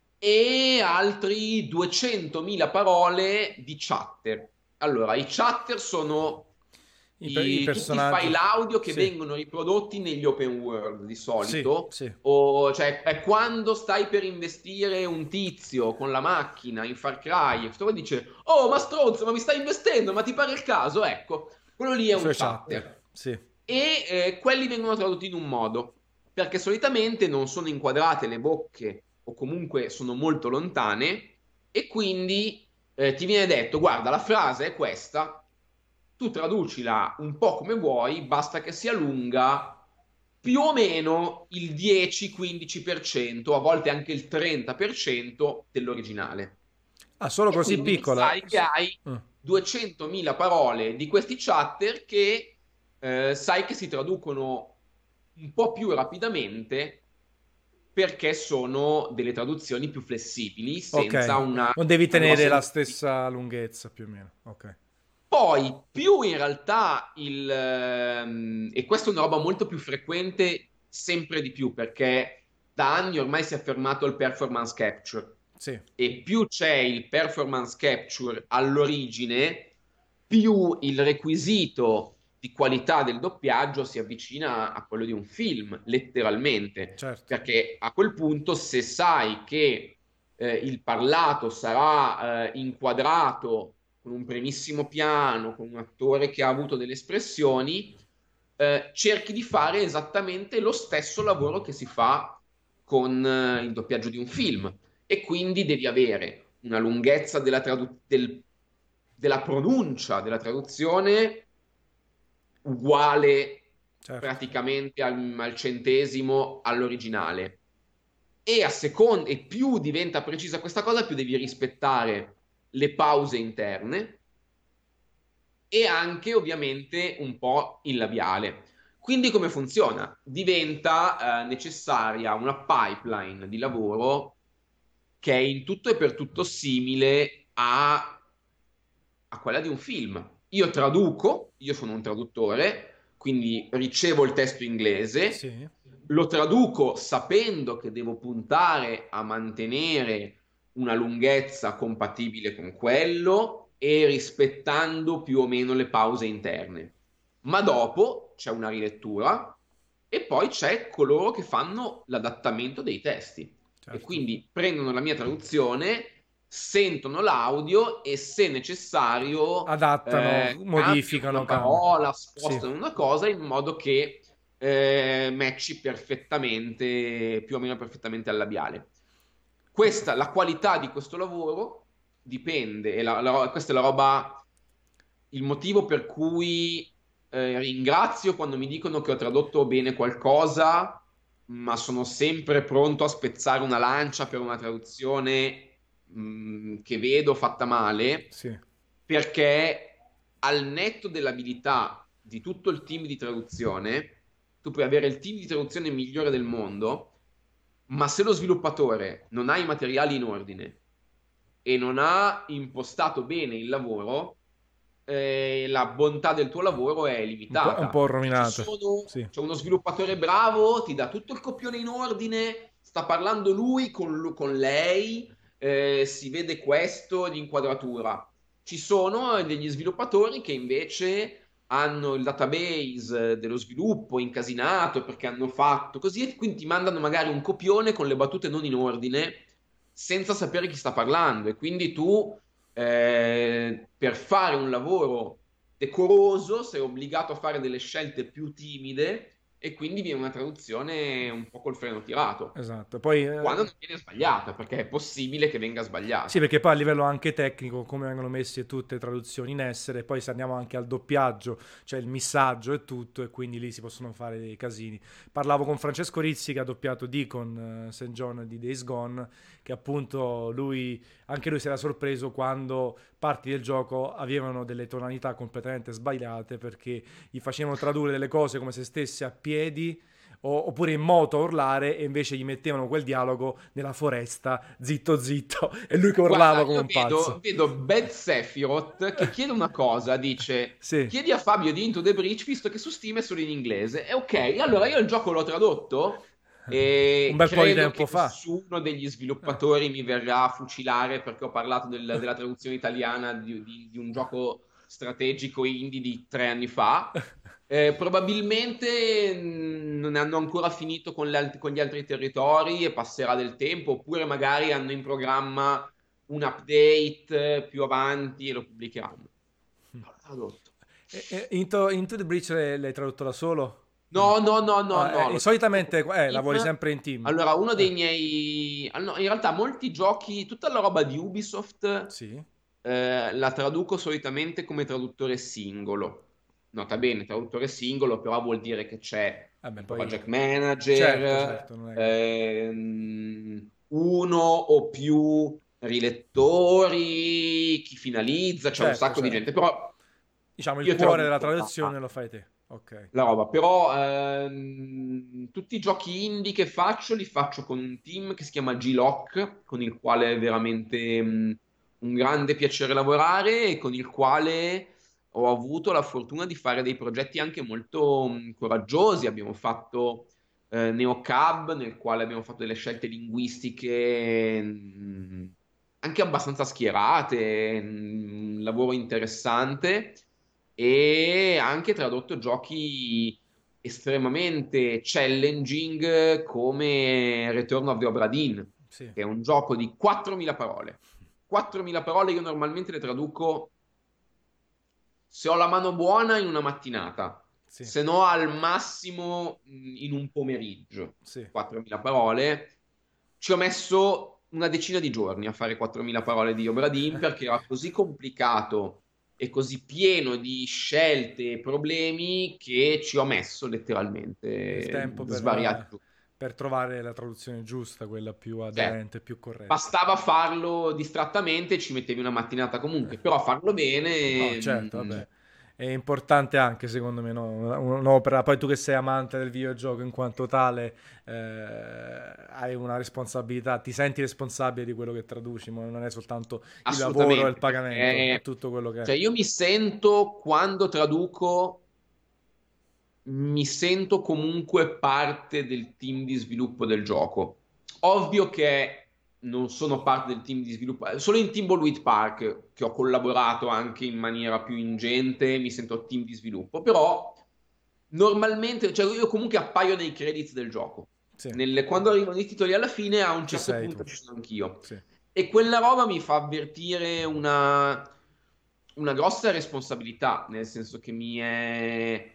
e altri duecentomila parole di chatter. Allora, i chatter sono i, per- i i- tutti i personaggi. file audio che Sì, vengono riprodotti negli open world di sì, solito, sì. o cioè è quando stai per investire un tizio con la macchina in Far Cry e questo qua dice: oh, ma stronzo, ma mi stai investendo, ma ti pare il caso? Ecco, quello lì è I un suoi chatter. chatter. Sì. E eh, quelli vengono tradotti in un modo, perché solitamente non sono inquadrate le bocche o comunque sono molto lontane e quindi eh, ti viene detto: guarda, la frase è questa, tu traducila un po' come vuoi, basta che sia lunga più o meno il dieci-quindici per cento, a volte anche il trenta per cento dell'originale. Ah, solo E così quindi piccola? sai che hai Mm. duecentomila parole di questi chatter che eh, sai che si traducono un po' più rapidamente perché sono delle traduzioni più flessibili, senza Ok, una, non devi una grossa tenere la investitura. stessa lunghezza più o meno. Ok. Poi, più in realtà il, ehm, e questa è una roba molto più frequente, sempre di più, perché da anni ormai si è affermato il performance capture. Sì, E più c'è il performance capture all'origine, più il requisito di qualità del doppiaggio si avvicina a quello di un film, letteralmente. certo. Perché a quel punto, se sai che eh, il parlato sarà eh, inquadrato con un primissimo piano, con un attore che ha avuto delle espressioni, eh, cerchi di fare esattamente lo stesso lavoro che si fa con eh, il doppiaggio di un film e quindi devi avere una lunghezza della, tradu- del- della pronuncia della traduzione uguale Certo. praticamente al, al centesimo all'originale. E a seconda, e più diventa precisa questa cosa, più devi rispettare le pause interne e anche ovviamente un po' il labiale. Quindi come funziona? Diventa eh, necessaria una pipeline di lavoro che è in tutto e per tutto simile a, a quella di un film. Io traduco, io sono un traduttore, quindi ricevo il testo inglese, Sì. lo traduco sapendo che devo puntare a mantenere una lunghezza compatibile con quello e rispettando più o meno le pause interne. Ma dopo c'è una rilettura e poi c'è coloro che fanno l'adattamento dei testi e Certo. quindi prendono la mia traduzione, sentono l'audio e se necessario Adattano, eh, cambiano una modificano, cambiano. parola, Sì. spostano una cosa in modo che eh, matchi perfettamente, più o meno perfettamente al labiale. Questa, la qualità di questo lavoro dipende, e la, la- questa è la roba, il motivo per cui eh, ringrazio quando mi dicono che ho tradotto bene qualcosa, ma sono sempre pronto a spezzare una lancia per una traduzione mh, che vedo fatta male, Sì. perché al netto dell'abilità di tutto il team di traduzione, tu puoi avere il team di traduzione migliore del mondo, ma se lo sviluppatore non ha i materiali in ordine e non ha impostato bene il lavoro, eh, la bontà del tuo lavoro è Un po', è un po' limitata. Ci rovinato. sono, Sì. c'è uno sviluppatore bravo, ti dà tutto il copione in ordine, sta parlando lui con, lu- con lei, eh, si vede questo l'inquadratura. Ci sono degli sviluppatori che invece hanno il database dello sviluppo incasinato perché hanno fatto così e quindi ti mandano magari un copione con le battute non in ordine senza sapere chi sta parlando e quindi tu eh, per fare un lavoro decoroso sei obbligato a fare delle scelte più timide e quindi viene una traduzione un po' col freno tirato, Esatto. Poi quando eh, non viene sbagliata, perché è possibile che venga sì, sbagliata. perché poi a livello anche tecnico, come vengono messe tutte le traduzioni in essere, poi se andiamo anche al doppiaggio, cioè il missaggio e tutto, e quindi lì si possono fare dei casini. Parlavo con Francesco Rizzi che ha doppiato Deacon, eh, saint John di Days Gone, che appunto lui, anche lui si era sorpreso quando parti del gioco avevano delle tonalità completamente sbagliate perché gli facevano tradurre delle cose come se stesse a piedi o- oppure in moto a urlare e invece gli mettevano quel dialogo nella foresta, zitto zitto, e lui che urlava Guarda, come io un vedo, pazzo. vedo Bad Sephiroth che chiede una cosa, dice Sì, chiedi a Fabio di Into the Breach visto che su Steam è solo in inglese. E ok, allora io il gioco l'ho tradotto un e bel po' di credo che tempo fa. nessuno degli Eh, sviluppatori mi verrà a fucilare perché ho parlato del- della traduzione italiana di, di- di un gioco strategico indie di tre anni fa. Eh, probabilmente mh, non hanno ancora finito con, le alt- con gli altri territori e passerà del tempo, oppure magari hanno in programma un update più avanti e lo pubblicheranno. No, l'ho tradotto. e- e Into, Into the Breach l'hai l'hai tradotto da solo? No. No, no, no, no, Ah, no, eh, e l'ho tradotto con solitamente un eh, lavori team. sempre in team. Allora, uno dei Eh, miei... ah, no, in realtà molti giochi, tutta la roba di Ubisoft sì. eh, la traduco solitamente come traduttore singolo. Nota bene, traduttore singolo, però vuol dire che c'è Vabbè, un poi... project Certo, manager, certo, non è che... ehm, uno o più rilettori, chi finalizza, c'è un Certo, sacco di certo. gente, però Diciamo il io cuore della traduco la, traduzione lo fai te. Ok. la roba, però ehm, tutti i giochi indie che faccio li faccio con un team che si chiama G-Lock, con il quale è veramente mh, un grande piacere lavorare e con il quale ho avuto la fortuna di fare dei progetti anche molto mh, coraggiosi. Abbiamo fatto eh, NeoCab, nel quale abbiamo fatto delle scelte linguistiche mh, anche abbastanza schierate, mh, un lavoro interessante e anche tradotto giochi estremamente challenging come Return of the Obra Dinn, Sì. che è un gioco di quattromila parole. quattromila parole io normalmente le traduco se ho la mano buona in una mattinata. Sì, se no al massimo mh, in un pomeriggio, sì. quattromila parole. Ci ho messo una decina di giorni a fare quattromila parole di Obra Dinn perché era così complicato e così pieno di scelte e problemi che ci ho messo Il letteralmente tempo svariati per, giorni. per trovare la traduzione giusta, quella più Cioè, aderente, più corretta. bastava farlo distrattamente, ci mettevi una mattinata comunque, però farlo No, bene, certo, mh, vabbè. È importante anche, secondo me, no? Una- Un'opera, poi tu che sei amante del videogioco in quanto tale, eh, hai una responsabilità, ti senti responsabile di quello che traduci, ma non è soltanto il lavoro e il assolutamente, pagamento, è perché tutto quello che è. cioè, io mi sento quando traduco mi sento comunque parte del team di sviluppo del gioco. Ovvio che non sono parte del team di sviluppo, solo in Thimbleweed Park, che ho collaborato anche in maniera più ingente, mi sento team di sviluppo, però normalmente, cioè io comunque appaio nei credits del gioco. Sì, Nelle- quando arrivano i titoli alla fine, a un ci certo sei tu. punto ci sono anch'io. Sì. E quella roba mi fa avvertire una, una grossa responsabilità, nel senso che mi è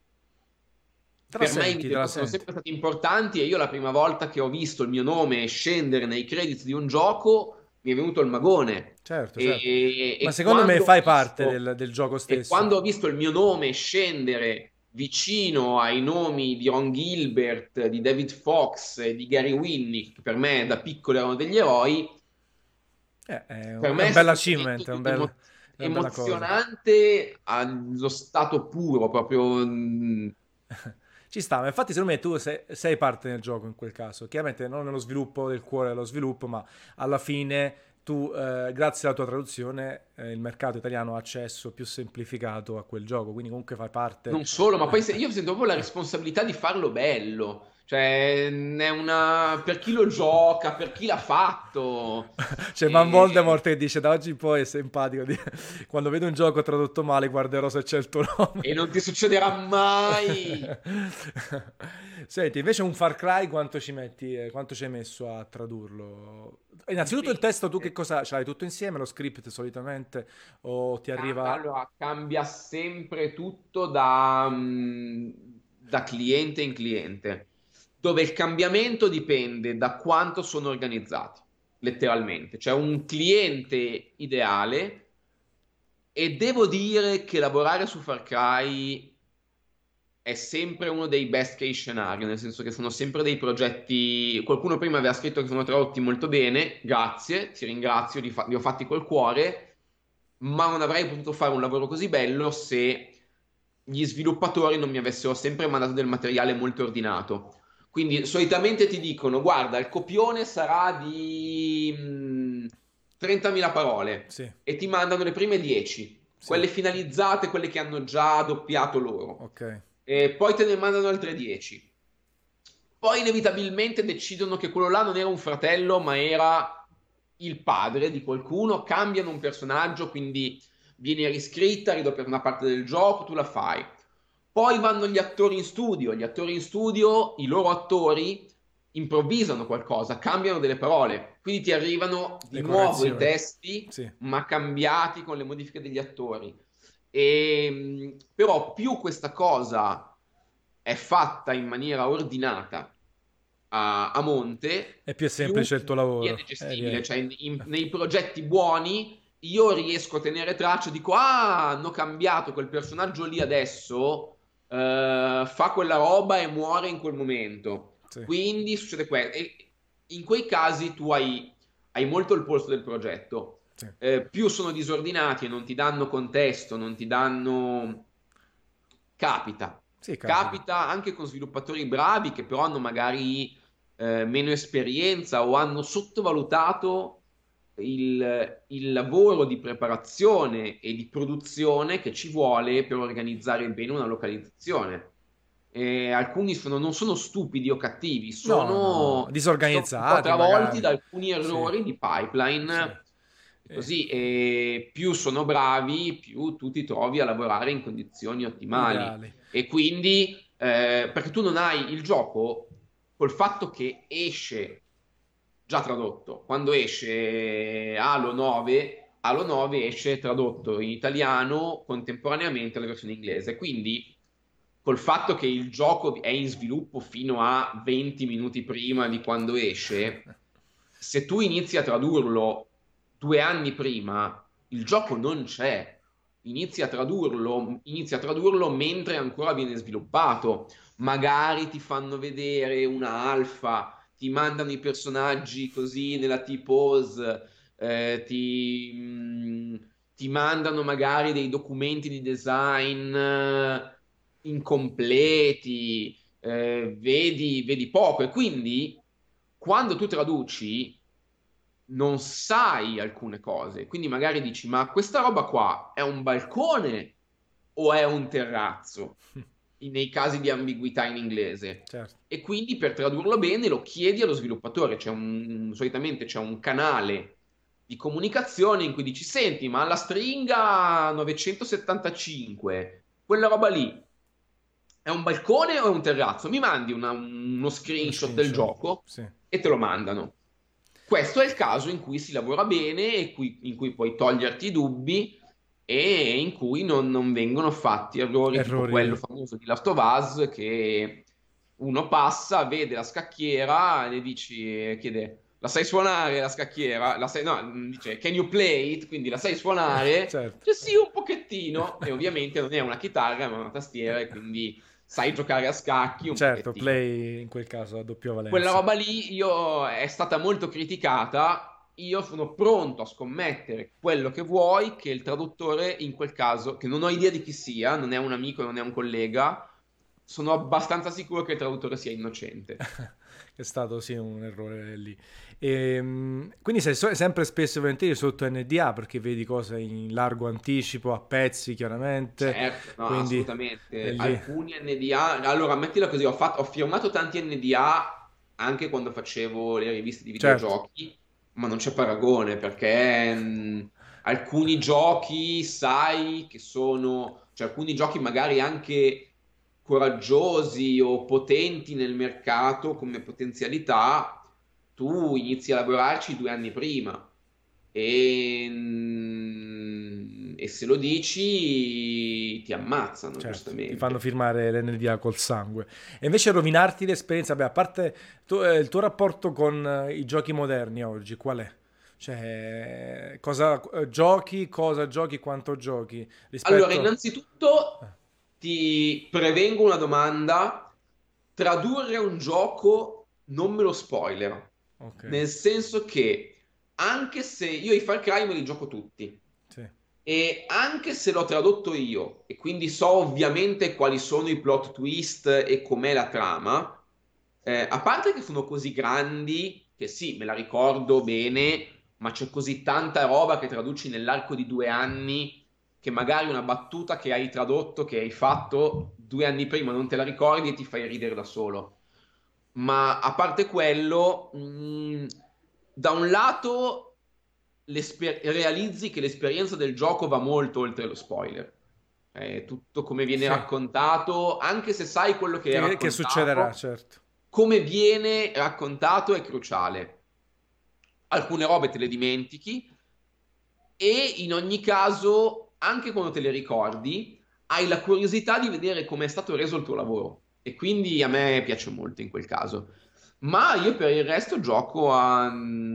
Te la per me i senti, te la videogiochi sono senti. sempre stati importanti e io la prima volta che ho visto il mio nome scendere nei credits di un gioco mi è venuto il magone. Certo, certo. E, Ma e secondo me quando ho fai parte visto, del, del gioco e stesso. quando ho visto il mio nome scendere vicino ai nomi di Ron Gilbert, di David Fox e di Gary Winnick, che per me da piccolo erano degli eroi, Eh, è per un, è me un è bel stato un momento achievement, è un di bel- emo- è una bella cosa. emozionante allo stato puro, proprio. mm, Ci sta, ma infatti secondo me tu sei, sei parte del gioco in quel caso, chiaramente non nello sviluppo del cuore dello sviluppo, ma alla fine tu, eh, grazie alla tua traduzione, eh, il mercato italiano ha accesso più semplificato a quel gioco, quindi comunque fai parte... Non solo, ma poi se- io sento proprio la responsabilità di farlo bello. Cioè, è una. Per chi lo gioca, per chi l'ha fatto. C'è Man E, Voldemort che dice da oggi in poi è simpatico, di- quando vedo un gioco tradotto male guarderò se c'è il tuo nome. e non ti succederà mai. Senti, invece un Far Cry quanto ci metti, eh, quanto ci hai messo a tradurlo? Innanzitutto il testo tu che Dipende. cosa, ce l'hai tutto insieme, lo script solitamente, o ti Ca- arriva... Allora, cambia sempre tutto da, mm, da cliente in cliente, dove il cambiamento dipende da quanto sono organizzati, letteralmente. C'è un cliente ideale e devo dire che lavorare su Far Cry è sempre uno dei best case scenario, nel senso che sono sempre dei progetti. Qualcuno prima aveva scritto che sono tradotti molto bene, grazie, ti ringrazio, li, fa- li ho fatti col cuore, ma non avrei potuto fare un lavoro così bello se gli sviluppatori non mi avessero sempre mandato del materiale molto ordinato. Quindi solitamente ti dicono, guarda, il copione sarà di mh, trentamila parole Sì, e ti mandano le prime dieci, sì, quelle finalizzate, quelle che hanno già doppiato loro, ok, e poi te ne mandano altre dieci. Poi inevitabilmente decidono che quello là non era un fratello, ma era il padre di qualcuno, cambiano un personaggio, quindi viene riscritta, ridoppiata una parte del gioco, tu la fai. Poi vanno gli attori in studio, gli attori in studio, i loro attori improvvisano qualcosa, cambiano delle parole, quindi ti arrivano di le nuovo i correzioni, testi, sì, ma cambiati con le modifiche degli attori. E, però più questa cosa è fatta in maniera ordinata a, a monte, è più più semplice il tuo lavoro, viene eh, gestibile. direi. Cioè, in- in- nei progetti buoni io riesco a tenere traccia, dico, ah, hanno cambiato quel personaggio lì adesso, eh, fa quella roba e muore in quel momento. Sì, Quindi succede questo. E in quei casi tu hai, hai molto il polso del progetto. sì, Eh, più sono disordinati e non ti danno contesto, non ti danno. Capita, sì, capita. capita anche con sviluppatori bravi che però hanno magari eh, meno esperienza o hanno sottovalutato il, il lavoro di preparazione e di produzione che ci vuole per organizzare bene una localizzazione. E alcuni sono- non sono stupidi o cattivi, No, no, sono, sono un po' disorganizzati travolti magari, da alcuni sì, errori di sì. pipeline. E Eh, così, e più sono bravi, più tu ti trovi a lavorare in condizioni ottimali. ideali. E quindi, eh, perché tu non hai il gioco col fatto che esce già tradotto. Quando esce Halo nove, Halo nove esce tradotto in italiano contemporaneamente alla versione inglese. Quindi col fatto che il gioco è in sviluppo fino a venti minuti prima di quando esce, se tu inizi a tradurlo due anni prima, il gioco non c'è. Inizi a tradurlo, inizi a tradurlo mentre ancora viene sviluppato. Magari ti fanno vedere una alfa, ti mandano i personaggi così nella T-pose, eh, ti, mh, ti mandano magari dei documenti di design eh, incompleti, eh, vedi, vedi poco e quindi quando tu traduci non sai alcune cose, quindi magari dici, ma questa roba qua è un balcone o è un terrazzo? Nei casi di ambiguità in inglese. Certo. E quindi per tradurlo bene lo chiedi allo sviluppatore, c'è un, solitamente c'è un canale di comunicazione in cui dici, senti, ma la stringa novecentosettantacinque, quella roba lì, è un balcone o è un terrazzo? Mi mandi una- uno Uno screenshot del screenshot, gioco sì. e te lo mandano. Questo è il caso in cui si lavora bene e cui- in cui puoi toglierti i dubbi e in cui non, non vengono fatti errori tipo quello Errori. famoso di Last of Us che uno passa, vede la scacchiera e le dici, chiede, la sai suonare la scacchiera? La sai, no, dice, can you play it? Quindi la sai suonare? Certo. Cioè sì, un pochettino. E ovviamente non è una chitarra, ma una tastiera e quindi sai giocare a scacchi un Certo, pochettino. play in quel caso a doppia Quella valenza. roba lì io, è stata molto criticata. Io sono pronto a scommettere quello che vuoi, che il traduttore in quel caso, che non ho idea di chi sia, non è un amico, non è un collega, sono abbastanza sicuro che il traduttore sia innocente. È stato sì un errore lì. Ehm, quindi sei so- sempre spesso e volentieri sotto N D A perché vedi cose in largo anticipo, a pezzi chiaramente, Certo, no, quindi è assolutamente. lì. Alcuni N D A, allora mettila così, ho fatto, ho firmato tanti N D A anche quando facevo le riviste di Certo, videogiochi, ma non c'è paragone perché mh, alcuni giochi sai che sono, cioè alcuni giochi magari anche coraggiosi o potenti nel mercato come potenzialità, tu inizi a lavorarci due anni prima e, mm, e se lo dici ti ammazzano, certo, ti fanno giustamente. firmare l'N D A col sangue. E invece rovinarti l'esperienza, beh, a parte tu- eh, il tuo rapporto con eh, i giochi moderni oggi, qual è? Cioè, cosa eh, giochi, cosa giochi, quanto giochi Allora, rispetto... innanzitutto eh, ti prevengo una domanda. Tradurre un gioco non me lo spoiler, ok, nel senso che anche se io i Far Cry me li gioco tutti, sì, e anche se l'ho tradotto io, e quindi so ovviamente quali sono i plot twist e com'è la trama, eh, a parte che sono così grandi, che sì, me la ricordo bene, ma c'è così tanta roba che traduci nell'arco di due anni, che magari una battuta che hai tradotto, che hai fatto due anni prima, non te la ricordi e ti fai ridere da solo. Ma a parte quello, mh, da un lato l'esper- realizzi che l'esperienza del gioco va molto oltre lo spoiler. Eh, tutto come viene sì, raccontato, anche se sai quello che è che, che succederà, raccontato, certo. come viene raccontato è cruciale. Alcune robe te le dimentichi e in ogni caso, anche quando te le ricordi, hai la curiosità di vedere come è stato reso il tuo lavoro. E quindi a me piace molto in quel caso. Ma io per il resto gioco a,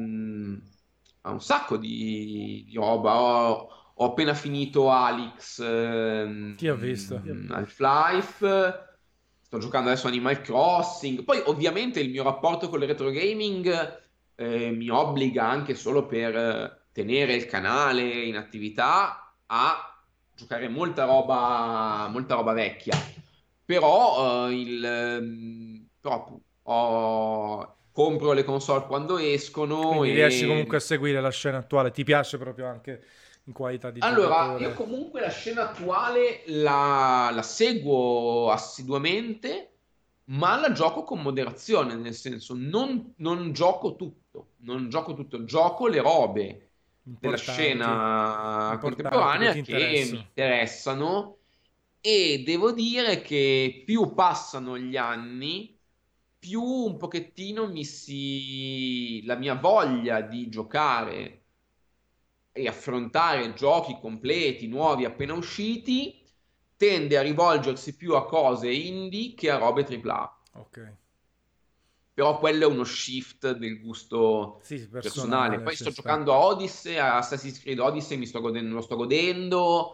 a un sacco di, di roba. Ho, ho appena finito Alex, Chi ha visto? ehm, Half-Life, sto giocando adesso Animal Crossing. Poi ovviamente il mio rapporto con il retro gaming eh, mi obbliga anche solo per eh, tenere il canale in attività a giocare molta roba, molta roba vecchia. Però, eh, il, ehm, però ho- compro le console quando escono Quindi riesci comunque a e seguire la scena attuale, ti piace proprio anche in qualità di allora, io giocatore? comunque la scena attuale la, la seguo assiduamente, ma la gioco con moderazione, nel senso non, non gioco tutto, non gioco tutto, gioco le robe della Importanti, scena importanti che ti contemporanea che mi interessano. interessano e devo dire che più passano gli anni, più un pochettino mi si... la mia voglia di giocare e affrontare giochi completi, nuovi, appena usciti, tende a rivolgersi più a cose indie che a robe tripla A. Ok. Però quello è uno shift del gusto Sì, personale. personale, Poi sì, sto sì. giocando a Odyssey, a Assassin's Creed Odyssey, mi sto godendo, lo sto godendo,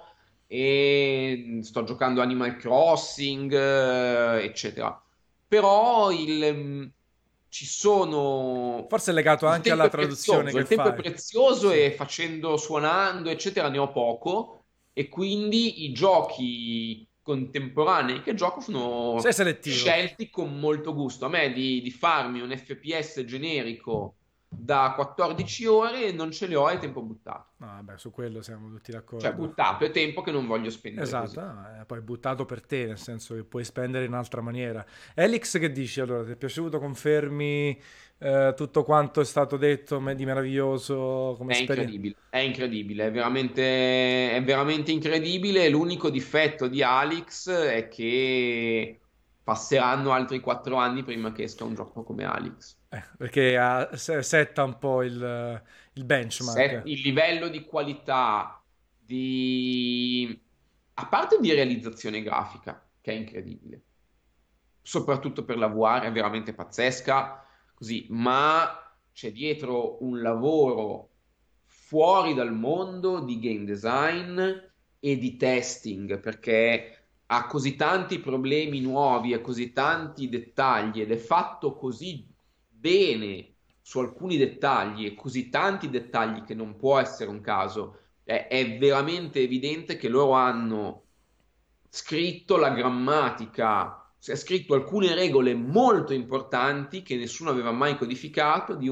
e sto giocando Animal Crossing, eh, eccetera. Però il, mm, ci sono... Forse è legato Il anche tempo alla è traduzione prezioso, che il tempo è fai. prezioso Sì. e facendo, suonando, eccetera, ne ho poco e quindi i giochi contemporanei che gioco Sei sono selettivo. scelti con molto gusto. A me di, di farmi un F P S generico da quattordici ore non ce le ho e tempo buttato. No, vabbè, su quello siamo tutti Cioè d'accordo. buttato è tempo che non voglio spendere Esatto, così. no, è poi buttato per te, nel senso che puoi spendere in altra maniera. Elix, che dici allora? Ti è piaciuto? Confermi eh, tutto quanto è stato detto me- di meraviglioso come È esperienza? incredibile, è incredibile, è veramente, è veramente incredibile. L'unico difetto di Alex è che passeranno altri quattro anni prima che esca un gioco come Alex. Eh, perché ha- se- setta un po' il, il Se- benchmark. il livello di qualità, di... a parte di realizzazione grafica, che è incredibile, soprattutto per la V R è veramente pazzesca, così, ma c'è dietro un lavoro fuori dal mondo di game design e di testing, perché ha così tanti problemi nuovi, ha così tanti dettagli ed è fatto così bene su alcuni dettagli e così tanti dettagli che non può essere un caso. È, è veramente evidente che loro hanno scritto la grammatica, si è scritto alcune regole molto importanti che nessuno aveva mai codificato di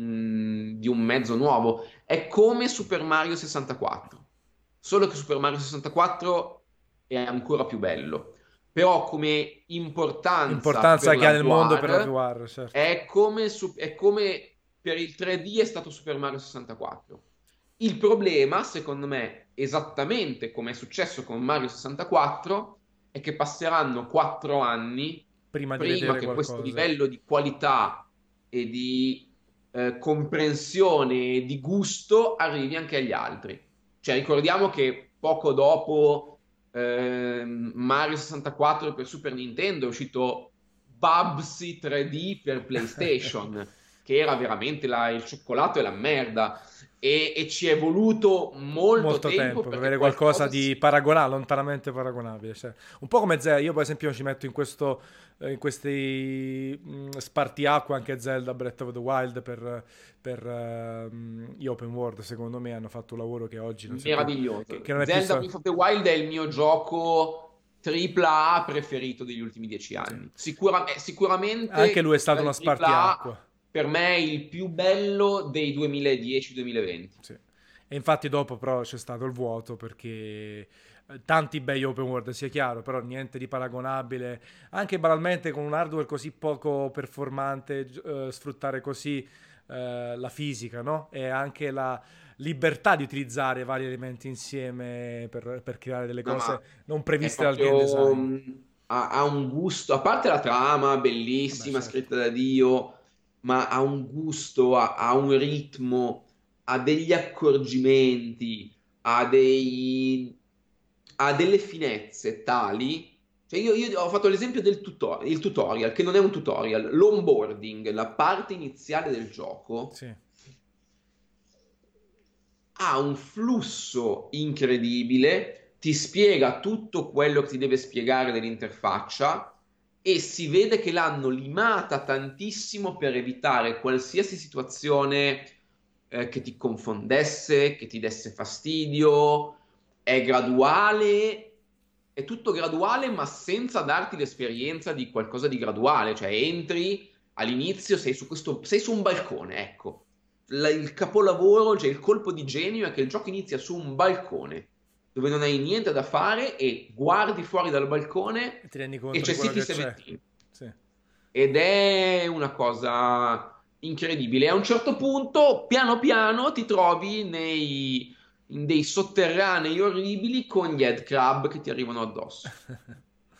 un, di un mezzo nuovo. È come Super Mario sessantaquattro, solo che Super Mario sessantaquattro è ancora più bello. Però come importanza L'importanza per che la ha nel mondo per la V R V R, certo. è come, su- è come per il tre D è stato Super Mario sessantaquattro. Il problema, secondo me, esattamente come è successo con Mario sessantaquattro, è che passeranno quattro anni Prima di prima vedere che questo qualcosa. livello di qualità e di eh, comprensione e di gusto arrivi anche agli altri. Cioè, ricordiamo che poco dopo ehm, Mario sessantaquattro per Super Nintendo è uscito Bubsy tre D per PlayStation, che era veramente la- il cioccolato e la merda. E, e ci è voluto molto Molto tempo tempo per perché avere qualcosa qualcosa di si... paragonabile, lontanamente paragonabile. Cioè, un po' come Zelda, io per esempio ci metto in questo, eh, in questi mh, spartiacque anche Zelda Breath of the Wild per, per ehm, gli open world, secondo me hanno fatto un lavoro che oggi non si è più, che, Meraviglioso. che non è più Zelda stato. Breath of the Wild è il mio gioco tripla A preferito degli ultimi dieci Sì. anni. Sicura- eh, Anche sicuramente lui è stato uno dal tripla A spartiacque. per me è il più bello dei duemiladieci-duemilaventi. Sì. E infatti dopo però c'è stato il vuoto perché eh, tanti bei open world, sia chiaro, però niente di paragonabile, anche banalmente con un hardware così poco performante, gi- eh, sfruttare così eh, la fisica, no? E anche la libertà di utilizzare vari elementi insieme per, per creare delle No, cose ma non è previste dal game proprio... design. mh, ha, ha un gusto, a parte la trama, Vabbè, bellissima, certo. scritta da Dio, ma ha un gusto, ha, ha un ritmo, ha degli accorgimenti, ha dei, ha delle finezze tali. Cioè io, io ho fatto l'esempio del tutor- il tutorial, che non è un tutorial, l'onboarding, la parte iniziale del gioco Sì. ha un flusso incredibile, ti spiega tutto quello che ti deve spiegare dell'interfaccia e si vede che l'hanno limata tantissimo per evitare qualsiasi situazione eh, che ti confondesse, che ti desse fastidio. È graduale, è tutto graduale, ma senza darti l'esperienza di qualcosa di graduale. Cioè, entri all'inizio, sei su questo, sei su un balcone, ecco la- il capolavoro, cioè il colpo di genio è che il gioco inizia su un balcone dove non hai niente da fare e guardi fuori dal balcone E ti rendi e conto di c'è quello City che c'è. diciassette Sì. ed è una cosa incredibile. A un certo punto, piano piano, ti trovi nei, in dei sotterranei orribili con gli headcrab che ti arrivano addosso.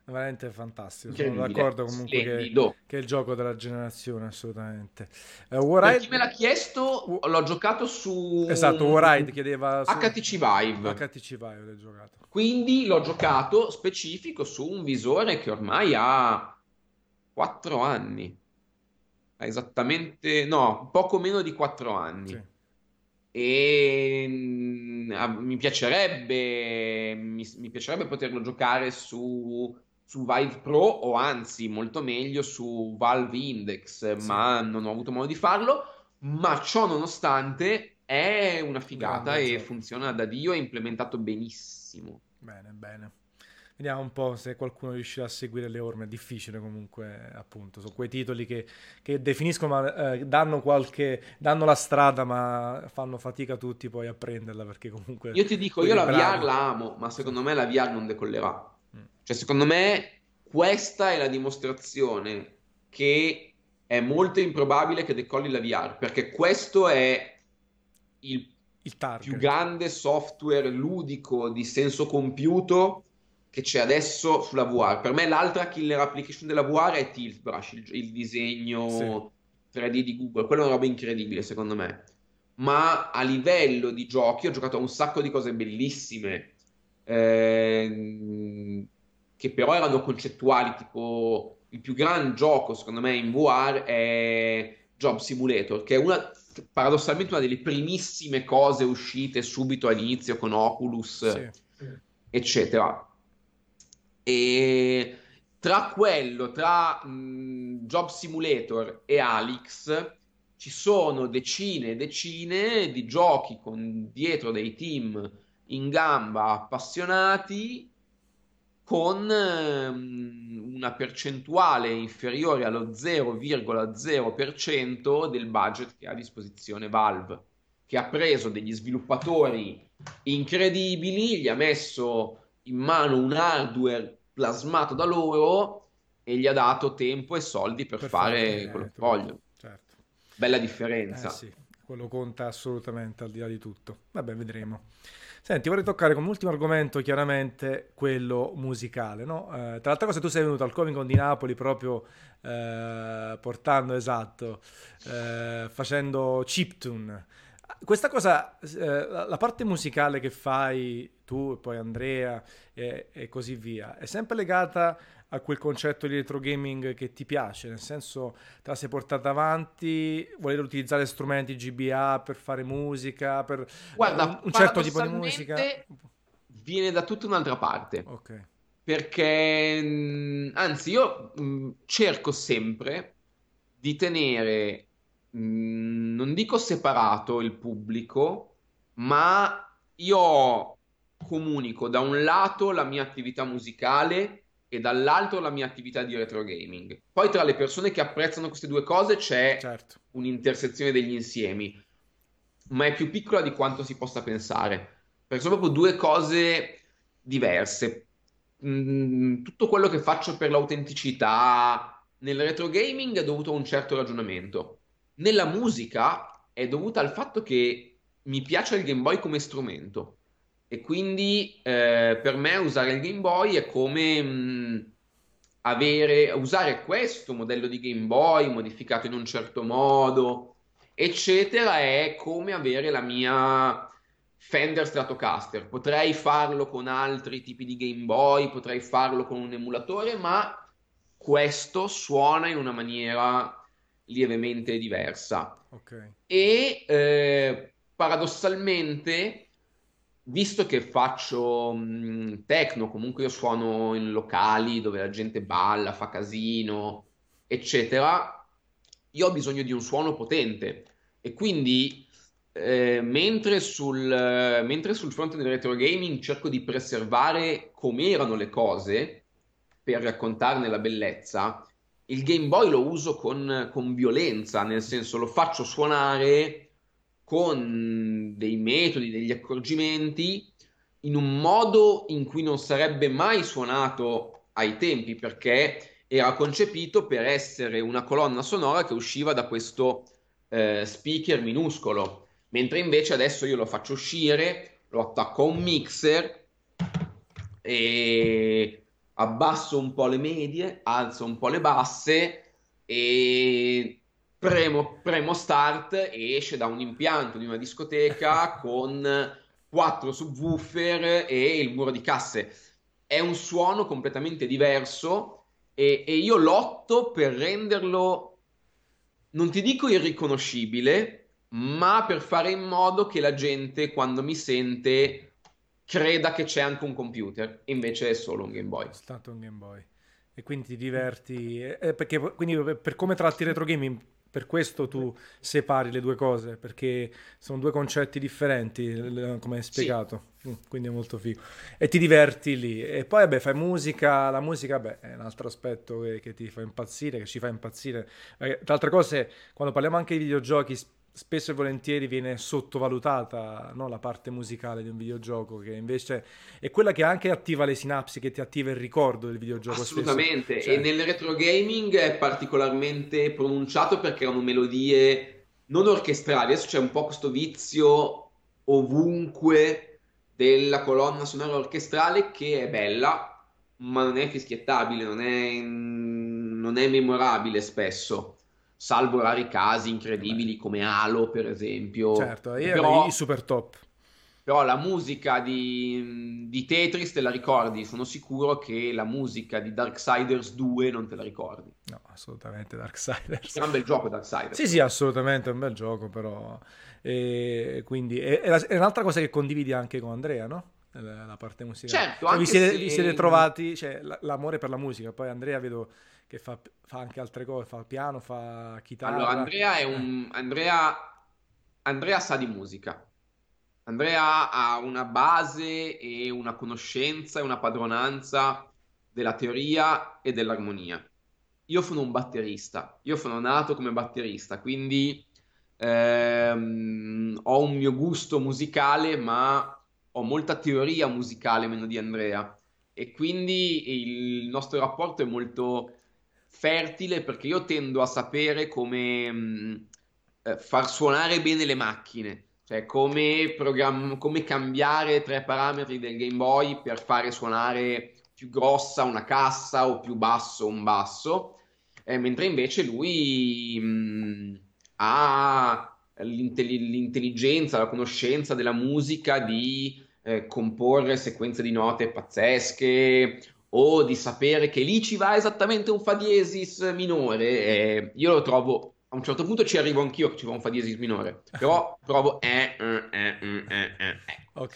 veramente fantastico. Sono Incredibile, d'accordo comunque che, splendido. che è il gioco della generazione, assolutamente. Eh, Per chi me Warride, l'ha chiesto, Wa- l'ho giocato esatto, su Warride chiedeva su H T C Vive. H T C Vive, l'hai giocato. Quindi l'ho giocato specifico su un visore che ormai ha quattro anni. Ha esattamente, no, poco meno di quattro Sì, anni. E mm, ah, mi piacerebbe, mi, mi piacerebbe poterlo giocare su, su Vive Pro o anzi, molto meglio su Valve Index, sì, ma non ho avuto modo di farlo. Ma ciò nonostante è una un figata grande e gioco. funziona da Dio, è implementato benissimo. Bene, bene. Vediamo un po' se qualcuno riuscirà a seguire le orme. È difficile comunque, appunto. Sono quei titoli che, che definiscono, ma eh, danno qualche, danno la strada, ma fanno fatica tutti poi a prenderla perché comunque Io ti dico, io quelli la V R bravi. la amo, ma Sì. secondo me la V R non decollerà. Mm. Cioè, secondo me questa è la dimostrazione che è molto improbabile che decolli la V R, perché questo è il Il più target. grande software ludico di senso compiuto che c'è adesso sulla V R. Per me l'altra killer application della V R è Tilt Brush, il, il Sì. disegno tre D di Google. Quella è una roba incredibile, secondo me. Ma a livello di giochi ho giocato a un sacco di cose bellissime, ehm, che però erano concettuali, tipo il più gran gioco, secondo me, in V R è Job Simulator, che è una, paradossalmente una delle primissime cose uscite subito all'inizio con Oculus, Sì. eccetera. E tra quello, tra mh, Job Simulator e Alyx, ci sono decine e decine di giochi con dietro dei team in gamba appassionati con ehm, una percentuale inferiore allo zero virgola zero per cento del budget che ha a disposizione Valve, che ha preso degli sviluppatori incredibili, gli ha messo in mano un hardware plasmato da loro e gli ha dato tempo e soldi per Per fare quello fare che tutto. vogliono. Certo. Bella Eh differenza. sì, quello conta assolutamente al di là di tutto. Vabbè, vedremo. Senti, vorrei toccare come ultimo argomento chiaramente quello musicale, no? Eh, tra l'altra cosa tu sei venuto al Comic Con di Napoli proprio eh, portando, esatto, eh, facendo chiptune. Questa cosa, eh, la la parte musicale che fai tu e poi Andrea e, e così via, è sempre legata a quel concetto di retro gaming che ti piace, nel senso te la sei portata avanti, voler utilizzare strumenti G B A per fare musica, per eh, un, Guarda, un certo tipo di musica. paradossalmente viene da tutta un'altra parte. Ok, Perché, mh, anzi, io mh, cerco sempre di tenere, mh, non dico separato il pubblico, ma io comunico da un lato la mia attività musicale e dall'altro la mia attività di retro gaming. Poi tra le persone che apprezzano queste due cose c'è certo. un'intersezione degli insiemi, ma è più piccola di quanto si possa pensare, perché sono proprio due cose diverse. Mm, tutto quello che faccio per l'autenticità nel retro gaming è dovuto a un certo ragionamento. Nella musica è dovuta al fatto che mi piace il Game Boy come strumento e quindi eh, per me usare il Game Boy è come mh, avere, usare questo modello di Game Boy modificato in un certo modo, eccetera, è come avere la mia Fender Stratocaster. Potrei farlo con altri tipi di Game Boy, potrei farlo con un emulatore, ma questo suona in una maniera lievemente diversa. Ok, E eh, paradossalmente, visto che faccio mh, techno, comunque io suono in locali dove la gente balla, fa casino, eccetera, io ho bisogno di un suono potente e quindi eh, mentre sul, eh, mentre sul fronte del retro gaming cerco di preservare come erano le cose per raccontarne la bellezza, il Game Boy lo uso con, con violenza, nel senso lo faccio suonare con dei metodi, degli accorgimenti in un modo in cui non sarebbe mai suonato ai tempi, perché era concepito per essere una colonna sonora che usciva da questo eh, speaker minuscolo, mentre invece adesso io lo faccio uscire, lo attacco a un mixer e abbasso un po' le medie, alzo un po' le basse e premo, premo start e esce da un impianto di una discoteca con quattro subwoofer e il muro di casse. È un suono completamente diverso e, e io lotto per renderlo, non ti dico irriconoscibile, ma per fare in modo che la gente, quando mi sente, creda che c'è anche un computer, invece è solo un Game Boy. È stato un Game Boy. E quindi ti diverti, eh, eh, perché quindi per per come tratti retro gaming, per questo tu separi le due cose, perché sono due concetti differenti, l- come hai Sì, spiegato. Mm, quindi è molto figo. E ti diverti lì. E poi, vabbè, fai musica. La musica, beh, è un altro aspetto che, che ti fa impazzire, che ci fa impazzire. Eh, tra altre cose, quando parliamo anche di videogiochi, s- spesso e volentieri viene sottovalutata, no, la parte musicale di un videogioco, che invece è quella che anche attiva le sinapsi, che ti attiva il ricordo del videogioco stesso. assolutamente. E Cioè, nel retro gaming è particolarmente pronunciato perché erano melodie non orchestrali. Adesso c'è un po' questo vizio ovunque della colonna sonora orchestrale che è bella, ma non è fischiettabile, non è, non è memorabile spesso, salvo rari casi vabbè, incredibili come Halo, per esempio. certo, io avevo i Però super top. Però la musica di, di Tetris te la ricordi, sono sicuro che la musica di Darksiders due non te la ricordi. No, assolutamente Darksiders. Gran bel gioco Sì, Darksiders, sì, però. assolutamente, è un bel gioco, però... E quindi è, è la- è un'altra cosa che condividi anche con Andrea, no? La, la parte musicale. Certo, Cioè, vi anche siete, vi siete se... trovati, cioè, l- l'amore per la musica. Poi Andrea vedo che fa, fa anche altre cose, fa piano, fa Allora, chitarra. Andrea è Eh, un... Andrea... Andrea sa di musica. Andrea ha una base e una conoscenza e una padronanza della teoria e dell'armonia. Io sono un batterista, io sono nato come batterista, quindi ehm, ho un mio gusto musicale, ma ho molta teoria musicale meno di Andrea e quindi il nostro rapporto è molto fertile perché io tendo a sapere come mh, eh, far suonare bene le macchine, cioè come, program- come cambiare tre parametri del Game Boy per fare suonare più grossa una cassa o più basso un basso, eh, mentre invece lui mh, ha l'intelli- l'intelligenza, la conoscenza della musica di eh, comporre sequenze di note pazzesche o di sapere che lì ci va esattamente un fa diesis minore. Eh, io lo trovo, a un certo punto ci arrivo anch'io che ci va un fa diesis minore, però trovo eh, eh, eh, eh, eh, eh, eh. ok.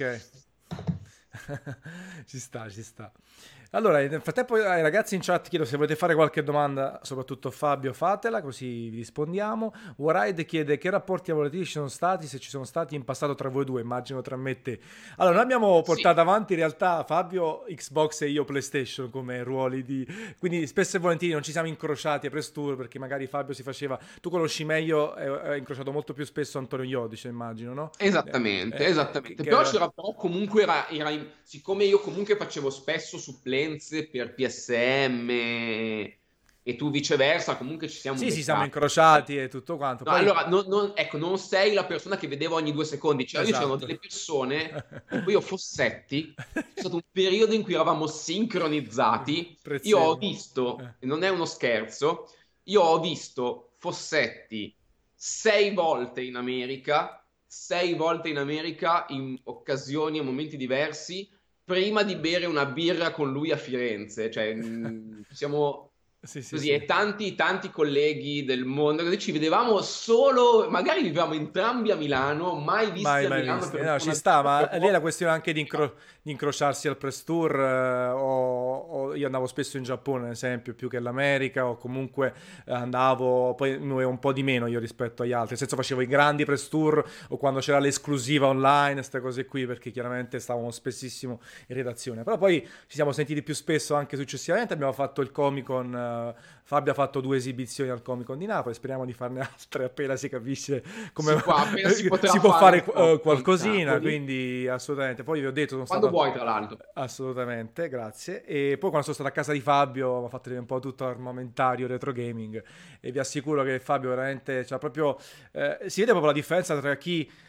Ci sta, ci sta. Allora, nel frattempo ai ragazzi in chat chiedo se volete fare qualche domanda, soprattutto Fabio, fatela, così vi rispondiamo. Waride chiede che rapporti lavorativi ci sono stati, se ci sono stati in passato tra voi due, immagino tra me e te. Allora, noi abbiamo Sì. portato avanti in realtà Fabio Xbox e io PlayStation come ruoli di... Quindi spesso e volentieri non ci siamo incrociati a Press Tour perché magari Fabio si faceva... Tu conosci meglio, e hai incrociato molto più spesso Antonio Iodice, immagino, no? Eh, Esattamente, eh, che, esattamente. che Però era... c'era però comunque era, era in- siccome io comunque facevo spesso supplenze per P S M e tu viceversa, comunque ci siamo Sì, sì, siamo beccati. incrociati e tutto quanto. No, Poi, allora, non, non- ecco, non sei la persona che vedevo ogni due secondi, cioè io c'erano esatto. delle persone, tipo io Fossetti, c'è stato un periodo in cui eravamo sincronizzati, io ho Prezzemolo. Eh. visto, e non è uno scherzo, io ho visto Fossetti sei volte in America, sei volte in America in occasioni e momenti diversi, prima di bere una birra con lui a Firenze, cioè mh, siamo Sì, sì, così, sì. e tanti, tanti colleghi del mondo, così ci vedevamo solo, magari vivevamo entrambi a Milano, mai visti Mai, a mai Milano visti. per No, ci una sta, vita, ma lì è però... la questione anche di, incro- di incrociarsi al press tour. Eh, o, o io andavo spesso in Giappone, ad esempio, più che l'America, o comunque eh, andavo, poi mi muovevo un po' di meno io rispetto agli altri. Nel senso facevo i grandi press tour o quando c'era l'esclusiva online, queste cose qui, perché chiaramente stavamo spessissimo in redazione. Però poi ci siamo sentiti più spesso anche successivamente. Abbiamo fatto il Comic Con. eh, Fabio ha fatto due esibizioni al Comic Con di Napoli, speriamo di farne altre appena si capisce come Si può, appena si potrà si può fare fare il eh, Comic Con di qualcosina, Napoli, quindi assolutamente. Poi vi ho detto, sono quando stato vuoi tra l'altro. assolutamente, grazie. E poi quando sono stato a casa di Fabio, mi ha fatto vedere un po' tutto l'armamentario retro gaming e vi assicuro che Fabio veramente, cioè proprio, eh, si vede proprio la differenza tra chi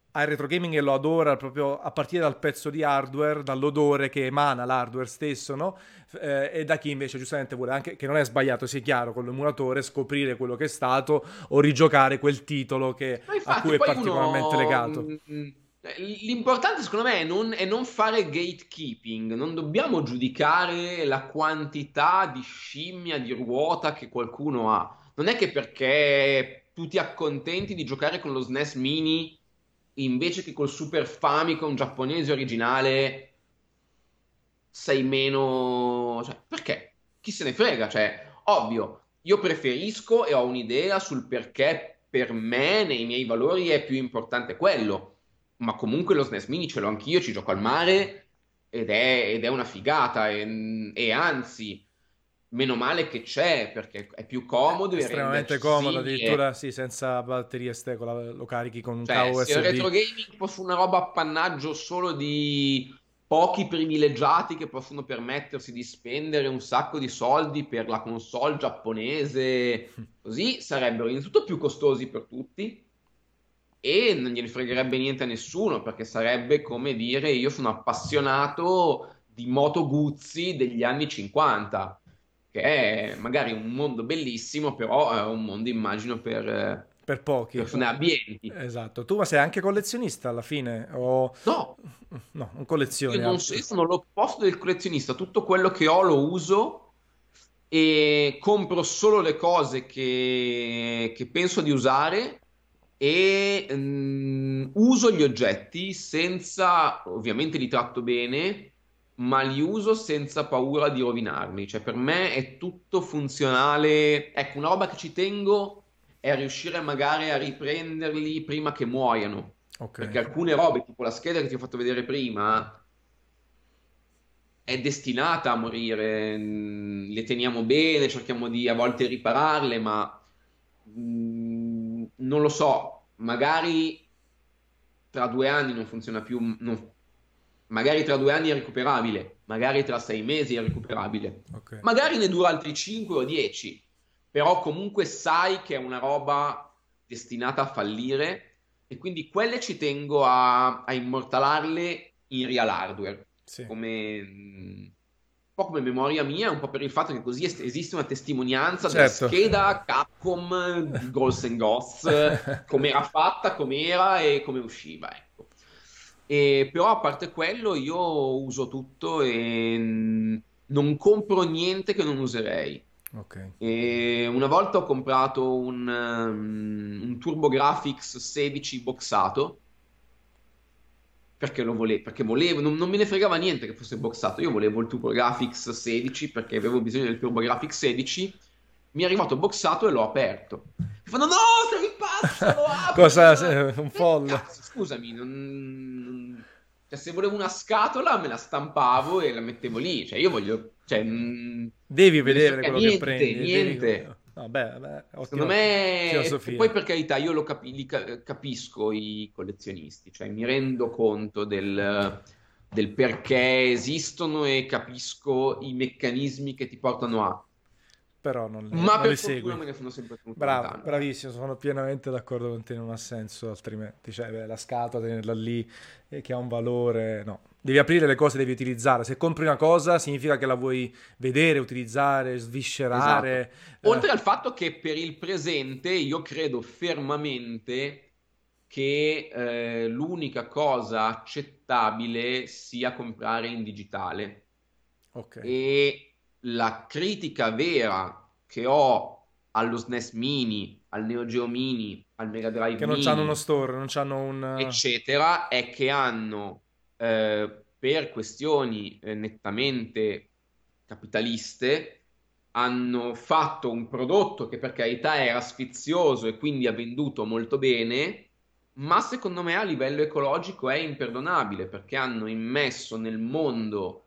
ha il retro gaming e lo adora proprio a partire dal pezzo di hardware, dall'odore che emana l'hardware stesso, no? Eh, e da chi invece giustamente vuole anche, che non è sbagliato, sia chiaro, con l'emulatore scoprire quello che è stato o rigiocare quel titolo che, Ma a infatti cui è poi particolarmente uno... legato. mh, L'importante secondo me è non, è non fare gatekeeping, non dobbiamo giudicare la quantità di scimmia, di ruota che qualcuno ha. Non è che perché tu ti accontenti di giocare con lo S N E S Mini invece che col Super Famicom giapponese originale sei meno... Cioè, perché? Chi se ne frega? Cioè, ovvio, io preferisco e ho un'idea sul perché per me, nei miei valori, è più importante quello. Ma comunque lo S N E S Mini ce l'ho anch'io, ci gioco al mare ed è, ed è una figata. E, e anzi, meno male che c'è, perché è più È comodo e rende estremamente comodo, accessibile. addirittura sì, senza batterie ste, con la- lo carichi con un Cioè, cavo se il U S B. retro gaming fosse una roba appannaggio solo di pochi privilegiati che possono permettersi di spendere un sacco di soldi per la console giapponese, così sarebbero innanzitutto più costosi per tutti e non gliene fregherebbe niente a nessuno, perché sarebbe come dire io sono appassionato di Moto Guzzi degli anni cinquanta, che è magari un mondo bellissimo, però è un mondo immagino per eh, Per pochi. persone abbienti. Esatto. Tu ma sei anche collezionista alla fine? O... No, No, non io, collezioni non so- io altro. sono l'opposto del collezionista, tutto quello che ho lo uso e compro solo le cose che, che penso di usare e mm, uso gli oggetti senza, ovviamente li tratto bene, ma li uso senza paura di rovinarli. Cioè per me è tutto funzionale. Ecco, una roba che ci tengo è riuscire magari a riprenderli prima che muoiano. Ok. Perché alcune robe, tipo la scheda che ti ho fatto vedere prima, è destinata a morire. Mm, Le teniamo bene, cerchiamo di a volte ripararle, ma mm, non lo so, magari tra due anni non funziona più, non- magari tra due anni è recuperabile, magari tra sei mesi è recuperabile, Ok. magari ne dura altri cinque o dieci, però comunque sai che è una roba destinata a fallire e quindi quelle ci tengo a, a immortalarle in real hardware Sì. come, mh, un po' come memoria mia, un po' per il fatto che così es- esiste una testimonianza della Certo. scheda Capcom di Ghosts and Ghosts, come era fatta, com'era e come usciva, ecco. E, però a parte quello io uso tutto e mh, non compro niente che non userei. Ok. E una volta ho comprato un, um, un TurboGrafx sedici boxato perché lo volevo, perché volevo, non, non me ne fregava niente che fosse boxato. Io volevo il TurboGrafx sedici perché avevo bisogno del TurboGrafx sedici. Mi è arrivato boxato e l'ho aperto. Mi fanno: No, sei pazzo, lo apri! Cosa? Ma... Un Eh, folle? cazzo, scusami, non... non- cioè, se volevo una scatola me la stampavo e la mettevo lì. Cioè, io voglio. Cioè, mm, Devi non me ne vedere frega quello che niente, prendi. Devi... niente. Vabbè, beh, Secondo ottima me, e e poi filosofia. per carità, io lo capi- li ca- capisco i collezionisti, cioè mi rendo conto del, del perché esistono e capisco i meccanismi che ti portano a, Però non, le- ma non li per fortuna segui. me ne sono sempre tenuto Bravo, lontano. bravissimo, sono pienamente d'accordo con te, non ha senso altrimenti. Cioè, beh, la scatola, tenerla lì, eh, che ha un valore, no. Devi aprire le cose, devi utilizzare. Se compri una cosa, significa che la vuoi vedere, utilizzare, Esatto. sviscerare. eh, Oltre al fatto che per il presente io credo fermamente che eh, l'unica cosa accettabile sia comprare in digitale. ok. E la critica vera che ho allo S N E S Mini, al Neo Geo Mini, al Mega Drive Che non c'hanno uno Mini, store, non c'hanno un... eccetera, è che hanno, eh, per questioni eh, nettamente capitaliste, hanno fatto un prodotto che per carità era sfizioso e quindi ha venduto molto bene, ma secondo me a livello ecologico è imperdonabile perché hanno immesso nel mondo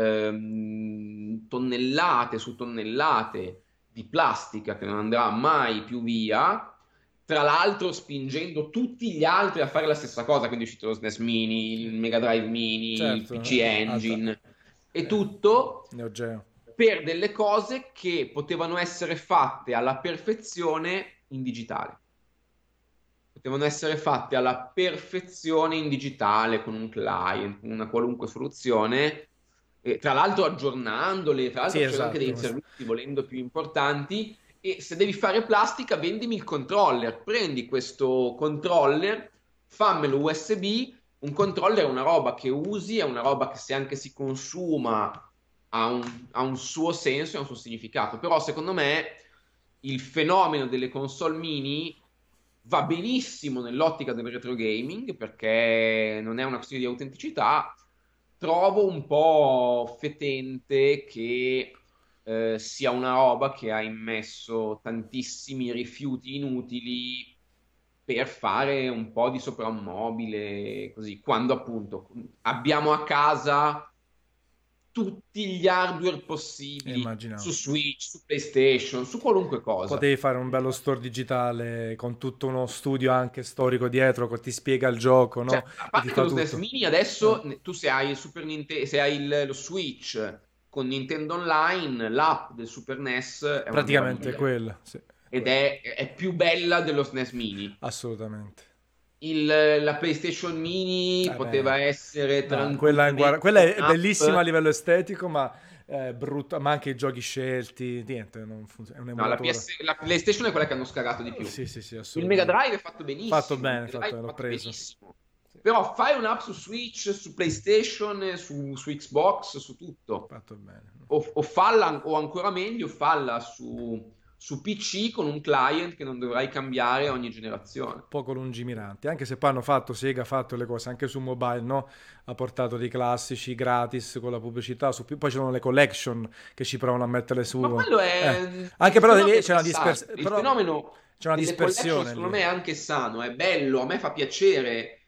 ehm, tonnellate su tonnellate di plastica che non andrà mai più via, tra l'altro spingendo tutti gli altri a fare la stessa cosa, quindi è uscito lo S N E S Mini, il Mega Drive Mini, il Certo, P C eh, alta... Engine e eh, tutto Neo Geo. per delle cose che potevano essere fatte alla perfezione in digitale. potevano essere fatte alla perfezione in digitale con un client, con una qualunque soluzione, e tra l'altro aggiornandole, tra Sì, l'altro facendo anche esatto. dei servizi volendo più importanti. E se devi fare plastica, vendimi il controller. Prendi questo controller, fammelo U S B. Un controller è una roba che usi, è una roba che se anche si consuma ha un, ha un suo senso e un suo significato. Però secondo me il fenomeno delle console mini va benissimo nell'ottica del retro gaming perché non è una questione di autenticità. Trovo un po' fetente che eh, sia una roba che ha immesso tantissimi rifiuti inutili per fare un po' di soprammobile, così, quando appunto abbiamo a casa tutti gli hardware possibili Immaginavo. su Switch, su PlayStation, su qualunque cosa. Potevi fare un bello store digitale con tutto uno studio anche storico dietro che ti spiega il gioco, Cioè, no? a E ti parte che fa lo S N E S tutto. Mini Eh, adesso, ne- tu se hai il Super Ninte- se hai il- lo Switch con Nintendo Online, l'app del Super N E S è una praticamente è meraviglia quello, sì, è ed quello. è, è più bella dello S N E S Mini. Assolutamente. Il- la PlayStation Mini Vabbè, poteva essere no, quella, è guarda- tranquillamente quella è bellissima a un'app. livello estetico, ma è brutta, ma anche i giochi scelti, niente, non funziona. È un No, la emulatore. P S, la PlayStation è quella che hanno scagato di Eh, più. Sì, sì, sì, Il Mega assolutamente. Drive è fatto Fatto benissimo, il bene, Mega Drive fatto, è l'ho fatto preso. benissimo. Sì, Però fai un'app su Switch, su PlayStation, su, su Xbox, su tutto. fatto bene. O, o falla, o ancora meglio, falla su, su P C con un client che non dovrai cambiare ogni generazione. Poco lungimiranti, anche se poi hanno fatto, Sega ha fatto le cose anche su mobile, no? Ha portato dei classici gratis con la pubblicità, su più- poi ci sono le collection che ci provano a metterle Ma su. quello Eh. è Anche il però lì fenomeno c'è è una sano. dispersione, Il però fenomeno c'è una delle collection, dispersione secondo lì. me, è anche sano, è bello. A me fa piacere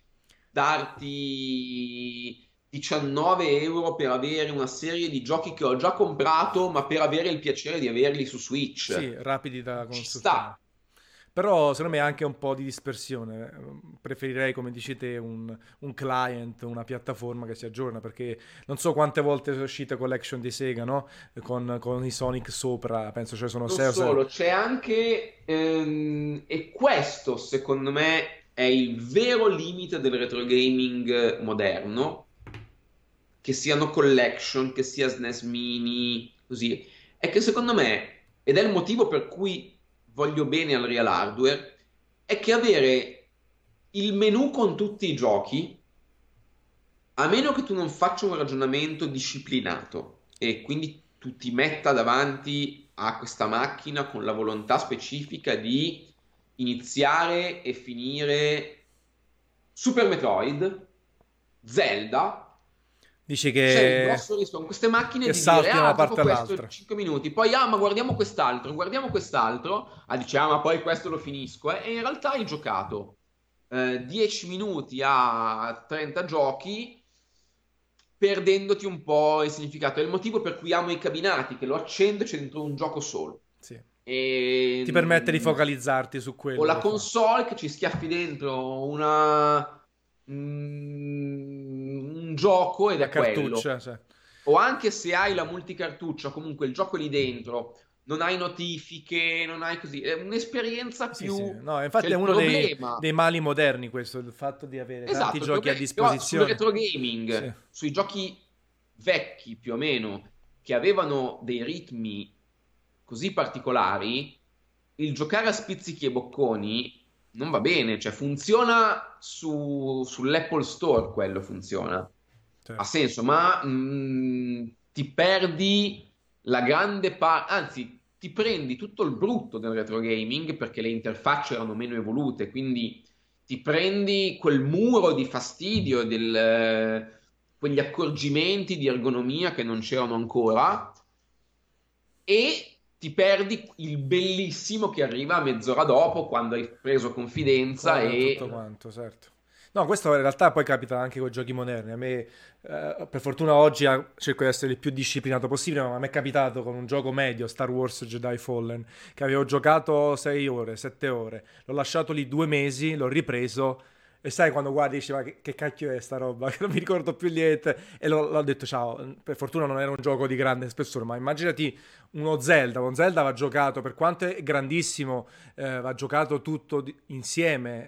darti diciannove euro per avere una serie di giochi che ho già comprato, ma per avere il piacere di averli su Sì, Switch. rapidi da Ci consultare. sta. Però secondo me anche un po' di dispersione. Preferirei, come dici te, un, un client, una piattaforma che si aggiorna, perché non so quante volte sono uscite collection di Sega, no? Con, con i Sonic sopra, penso ce ne sono Non sei o sette. solo, c'è anche, ehm, e questo secondo me è il vero limite del retro gaming moderno, che siano collection, che sia S N E S Mini, così, è che secondo me, ed è il motivo per cui voglio bene al real hardware, è che avere il menu con tutti i giochi, a meno che tu non faccia un ragionamento disciplinato e quindi tu ti metta davanti a questa macchina con la volontà specifica di iniziare e finire Super Metroid, Zelda, Dici c'è il che, grosso rischio con queste macchine che di dire, salti da una ah, gioco parte questo in all'altra. cinque minuti, poi, ah, ma guardiamo quest'altro, guardiamo quest'altro, ah, dice, ah, ma poi questo lo finisco, eh. E in realtà hai giocato eh, dieci minuti a trenta giochi, perdendoti un po' il significato. È il motivo per cui amo i cabinati, che lo accendo e c'è dentro un gioco solo. Sì. E, Ti permette di mm, focalizzarti su o quello la che fa. console che ci schiaffi dentro una, mm, un gioco ed La è quello. cartuccia, cioè. O anche se hai la multicartuccia, comunque il gioco è lì dentro, non hai notifiche, non hai così. È un'esperienza Sì, sì. più. No, C'è infatti è il uno dei, problema. dei mali moderni questo, il fatto di avere tanti Esatto, il giochi a problema, però sul disposizione. retro Sì. gaming, sui giochi vecchi più o meno, che avevano dei ritmi così particolari, il giocare a spizzichi e bocconi non va bene, cioè funziona su- sull'Apple Store, quello funziona, ha Certo. senso, ma mh, ti perdi la grande parte, anzi ti prendi tutto il brutto del retro gaming perché le interfacce erano meno evolute, quindi ti prendi quel muro di fastidio, del, eh, quegli accorgimenti di ergonomia che non c'erano ancora e ti perdi il bellissimo che arriva a mezz'ora dopo quando hai preso confidenza Con tutto e. quanto, certo. No, questo in realtà poi capita anche con i giochi moderni. A me, eh, per fortuna oggi ah, cerco di essere il più disciplinato possibile, ma a me è capitato con un gioco medio, Star Wars Jedi Fallen, che avevo giocato sei ore, sette ore. L'ho lasciato lì due mesi, l'ho ripreso. E sai quando guardi dici, ma che, che cacchio è sta roba? Che non mi ricordo più niente. E l'ho, l'ho detto, ciao, per fortuna non era un gioco di grande spessore, ma immaginati uno Zelda. Un Zelda va giocato, per quanto è grandissimo, eh, va giocato tutto di- insieme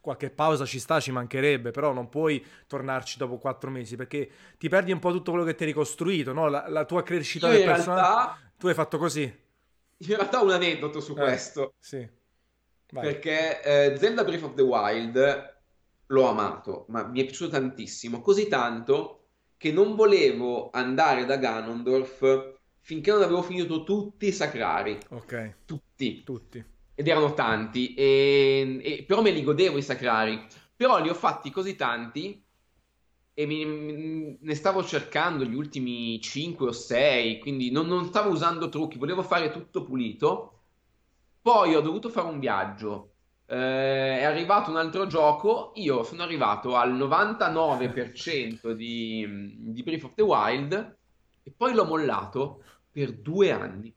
qualche pausa ci sta, ci mancherebbe, però non puoi tornarci dopo quattro mesi perché ti perdi un po' tutto quello che ti hai ricostruito, no? La, la tua crescita Io del in personaggio. realtà, Tu hai fatto così. in realtà ho un aneddoto su Eh, questo, sì, vai. perché eh, Zelda Breath of the Wild l'ho amato, ma mi è piaciuto tantissimo, così tanto che non volevo andare da Ganondorf finché non avevo finito tutti i sacrari, Ok, tutti, tutti. ed erano tanti, e, e- però me li godevo i sacrari, però li ho fatti così tanti e mi- mi- ne stavo cercando gli ultimi cinque o sei, quindi non, non stavo usando trucchi, volevo fare tutto pulito. Poi ho dovuto fare un viaggio, eh, è arrivato un altro gioco, io sono arrivato al novantanove per cento di, di Breath of the Wild e poi l'ho mollato per due anni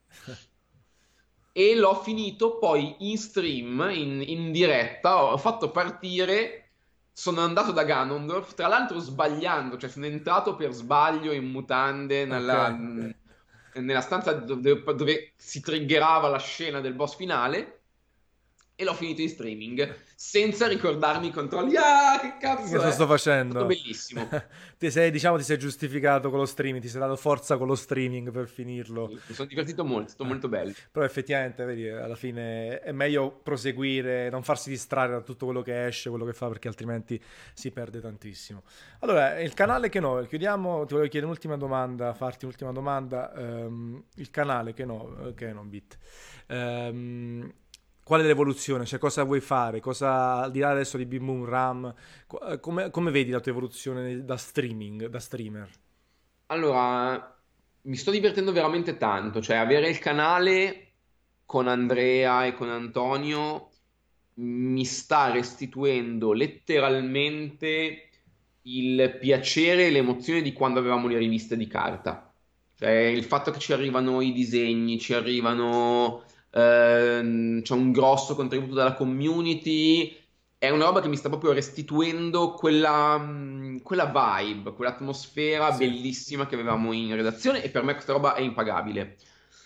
e l'ho finito poi in stream, in, in diretta, ho fatto partire, sono andato da Ganondorf, tra l'altro sbagliando, cioè sono entrato per sbaglio in mutande Ok. nella, nella stanza dove, dove si triggerava la scena del boss finale e l'ho finito in streaming senza ricordarmi i controlli. Ah, che cazzo Cosa è? sto È stato facendo? bellissimo. Ti sei, diciamo, ti sei giustificato con lo streaming, ti sei dato forza con lo streaming per finirlo. Mi sono divertito molto, è stato Eh, molto bello. Però effettivamente, vedi, alla fine è meglio proseguire, non farsi distrarre da tutto quello che esce, quello che fa, perché altrimenti si perde tantissimo. Allora, il canale che no, chiudiamo, ti volevo chiedere un'ultima domanda, farti un'ultima domanda. Ehm, il canale che no, che non bit. Ehm, qual è l'evoluzione? Cioè, cosa vuoi fare? Cosa, al di là adesso di Bim Boom Ram, co- eh, come, come vedi la tua evoluzione da streaming, da streamer? Allora, mi sto divertendo veramente tanto, cioè avere il canale con Andrea e con Antonio mi sta restituendo letteralmente il piacere e l'emozione di quando avevamo le riviste di carta. Cioè il fatto che ci arrivano i disegni, ci arrivano, ehm, c'è un grosso contributo dalla community, è una roba che mi sta proprio restituendo quella, mh, quella vibe, quell'atmosfera Sì. bellissima che avevamo in redazione e per me questa roba è impagabile.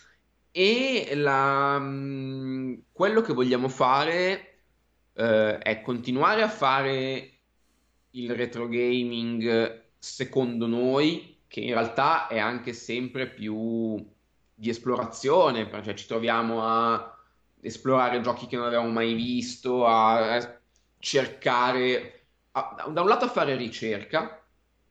E la, mh, quello che vogliamo fare eh, è continuare a fare il retro gaming secondo noi, che in realtà è anche sempre più di esplorazione, perché ci troviamo a esplorare giochi che non avevamo mai visto, a, a cercare, a- da un lato a fare ricerca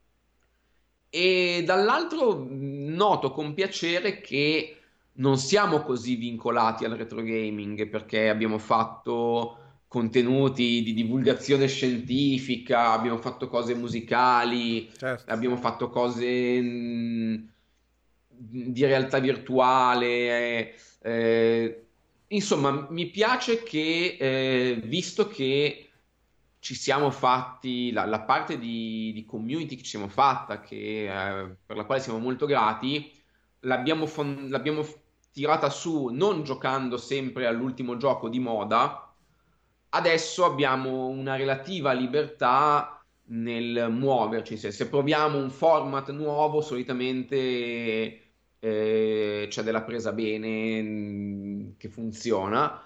e dall'altro mh, noto con piacere che non siamo così vincolati al retro gaming perché abbiamo fatto contenuti di divulgazione scientifica, abbiamo fatto cose musicali, Certo. abbiamo fatto cose mh, di realtà virtuale. eh, eh, insomma, mi piace che, eh, visto che ci siamo fatti, la, la parte di, di community che ci siamo fatta, che, eh, per la quale siamo molto grati, l'abbiamo fon- l'abbiamo f- tirata su non giocando sempre all'ultimo gioco di moda. Adesso abbiamo una relativa libertà nel muoverci. Se, se proviamo un format nuovo, solitamente eh, c'è della presa bene, mh, che funziona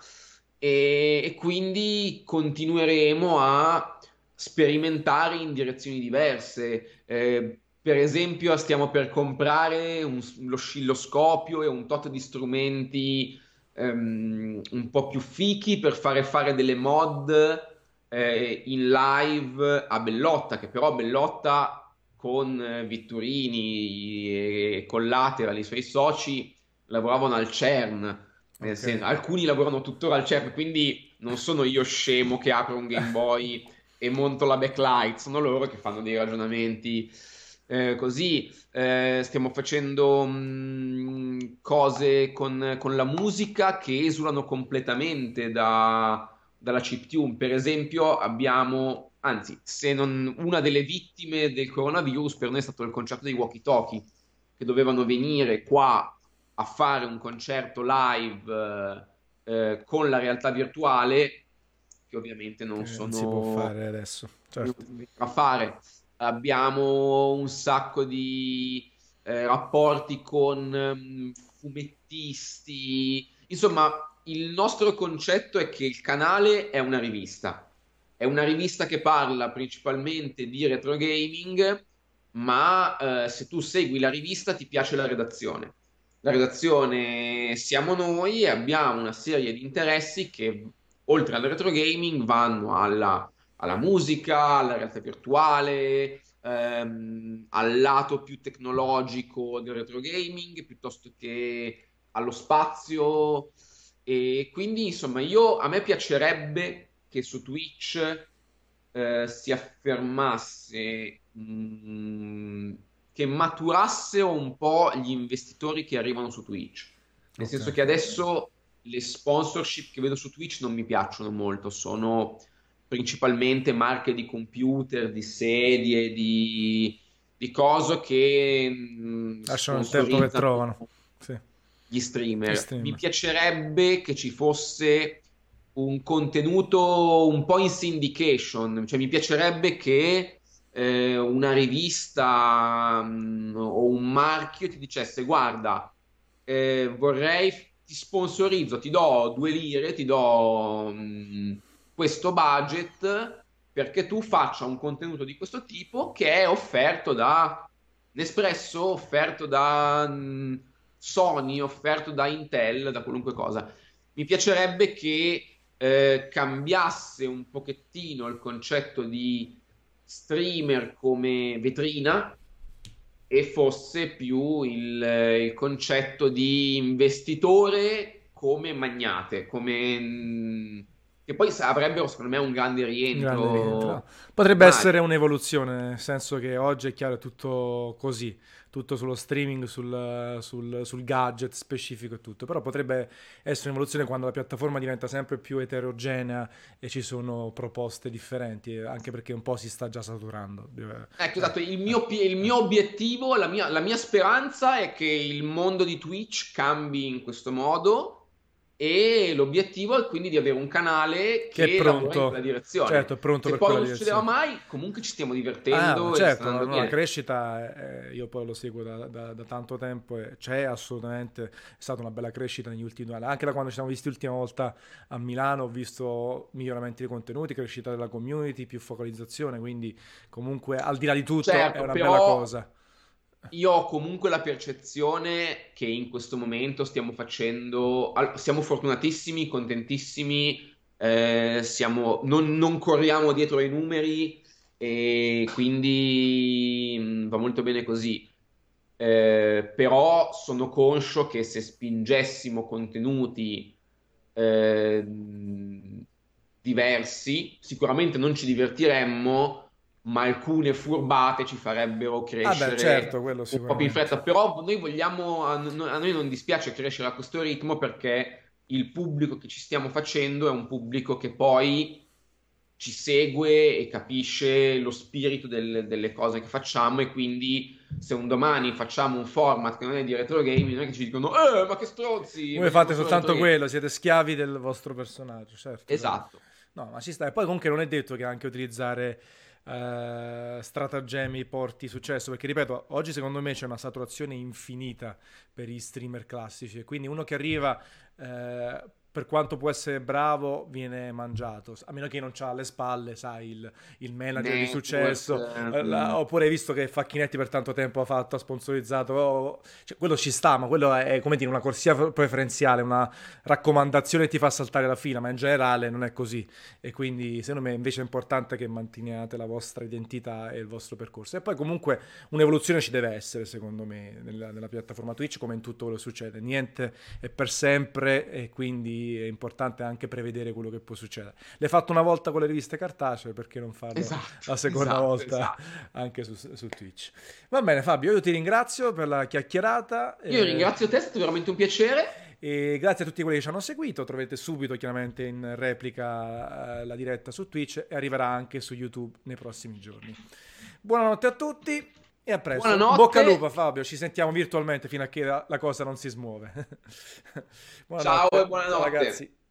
e, e quindi continueremo a sperimentare in direzioni diverse. Eh, per esempio, stiamo per comprare un- l'oscilloscopio e un tot di strumenti ehm, un po' più fichi per fare fare delle mod eh, in live a Bellotta, che però Bellotta con eh, Vitturini e Collateral, i suoi soci, lavoravano al CERN. Nel Ok. senso, alcuni lavorano tuttora al CERN, quindi non sono io scemo che apro un Game Boy e monto la backlight, sono loro che fanno dei ragionamenti eh, così. Eh, stiamo facendo mh, cose con, con la musica che esulano completamente da- dalla chiptune. Per esempio, abbiamo, anzi, se non una delle vittime del coronavirus per noi è stato il concerto dei Walkie Talkie, che dovevano venire qua a fare un concerto live eh, eh, con la realtà virtuale, che ovviamente non Che non si può sono fare adesso. non Certo. si potrà fare. Abbiamo un sacco di eh, rapporti con ehm, fumettisti. Insomma, il nostro concetto è che il canale è una rivista, è una rivista che parla principalmente di retro gaming, ma eh, se tu segui la rivista ti piace la redazione. La redazione siamo noi e abbiamo una serie di interessi che, oltre al retro gaming, vanno alla, alla musica, alla realtà virtuale, ehm, al lato più tecnologico del retro gaming, piuttosto che allo spazio. E quindi, insomma, io, a me piacerebbe che su Twitch eh, si affermasse, mh, che maturassero un po' gli investitori che arrivano su Twitch. Nel Ok. senso che adesso le sponsorship che vedo su Twitch non mi piacciono molto, sono principalmente marche di computer, di sedie, di, di cose che mh, Lasciano il tempo che sponsorizzano trovano. Sì. gli Gli streamer. Mi stream. piacerebbe che ci fosse un contenuto un po' in syndication, cioè mi piacerebbe che eh, una rivista mh, o un marchio ti dicesse: guarda, eh, vorrei, ti sponsorizzo, ti do due lire, ti do mh, questo budget perché tu faccia un contenuto di questo tipo che è offerto da Nespresso, offerto da mh, Sony, offerto da Intel, da qualunque cosa. Mi piacerebbe che eh, cambiasse un pochettino il concetto di streamer come vetrina e fosse più il, il concetto di investitore come magnate, come, mh, che poi avrebbero secondo me un grande Un grande rientro. rientro sul Potrebbe marchio. essere un'evoluzione, nel senso che oggi è chiaro, è tutto così, tutto sullo streaming, sul, sul- sul gadget specifico e tutto, però potrebbe essere un'evoluzione quando la piattaforma diventa sempre più eterogenea e ci sono proposte differenti, eh, anche perché un po' si sta già saturando. Eh, Ecco, eh, esatto, il eh, mio, pi- il eh. mio obiettivo, la mia, la mia speranza è che il mondo di Twitch cambi in questo modo e l'obiettivo è quindi di avere un canale Che è che lavora in quella pronto, direzione. certo, è pronto Se per poi quella non succederà direzione. mai, comunque ci stiamo Ah, ma divertendo e sta certo, no, andando no, la bene. crescita, eh, io poi lo seguo da, da- da tanto tempo e c'è assolutamente, è stata una bella crescita negli ultimi due anni, anche da quando ci siamo visti l'ultima volta a Milano, ho visto miglioramenti dei contenuti, crescita della community, più focalizzazione, quindi comunque al di là di tutto è Certo, una bella però cosa. io ho comunque la percezione che in questo momento stiamo facendo, al- siamo fortunatissimi, contentissimi, eh, siamo- non, non corriamo dietro ai numeri e quindi mh, va molto bene così. Eh, però sono conscio che se spingessimo contenuti eh, diversi, sicuramente non ci divertiremmo, ma alcune furbate ci farebbero Ah beh, certo, crescere quello un po' più in sicuramente. fretta. Però noi vogliamo, a no- a noi non dispiace crescere a questo ritmo perché il pubblico che ci stiamo facendo è un pubblico che poi ci segue e capisce lo spirito del- delle cose che facciamo e quindi se un domani facciamo un format che non è di retro gaming, non è che ci dicono eh, ma che stronzi, Voi vediamo fate solo retro soltanto gaming. quello, siete schiavi del vostro personaggio, certo, certo. Esatto. No, ma ci sta. E poi comunque non è detto che anche utilizzare eh, stratagemmi porti successo, perché ripeto, oggi secondo me c'è una saturazione infinita per gli streamer classici, e quindi uno che arriva, eh, per quanto può essere bravo, viene mangiato, a meno che non c'ha alle spalle, sai, il, il manager di Network, successo, eh, ehm, la- oppure hai visto che Facchinetti per tanto tempo ha fatto, ha sponsorizzato, oh, cioè, quello ci sta, ma quello è, come dire, una corsia preferenziale, una raccomandazione che ti fa saltare la fila, ma in generale non è così. E quindi secondo me invece è importante che manteniate la vostra identità e il vostro percorso. E poi comunque un'evoluzione ci deve essere, secondo me, nella, nella piattaforma Twitch, come in tutto quello che succede. Niente è per sempre e quindi è importante anche prevedere quello che può succedere. L'hai fatto una volta con le riviste cartacee, perché non farlo esatto, la seconda esatto, volta esatto. anche su, su Twitch? Va bene Fabio, io ti ringrazio per la chiacchierata. Io eh, ringrazio te, è stato veramente un piacere. e grazie a tutti quelli che ci hanno seguito, troverete subito chiaramente in replica eh, la diretta su Twitch e arriverà anche su YouTube nei prossimi giorni. Buonanotte a tutti e a presto. In bocca al lupo Buonanotte, Fabio, ci sentiamo virtualmente fino a che la, la cosa non si smuove. ciao e Buonanotte, ciao buonanotte. ragazzi.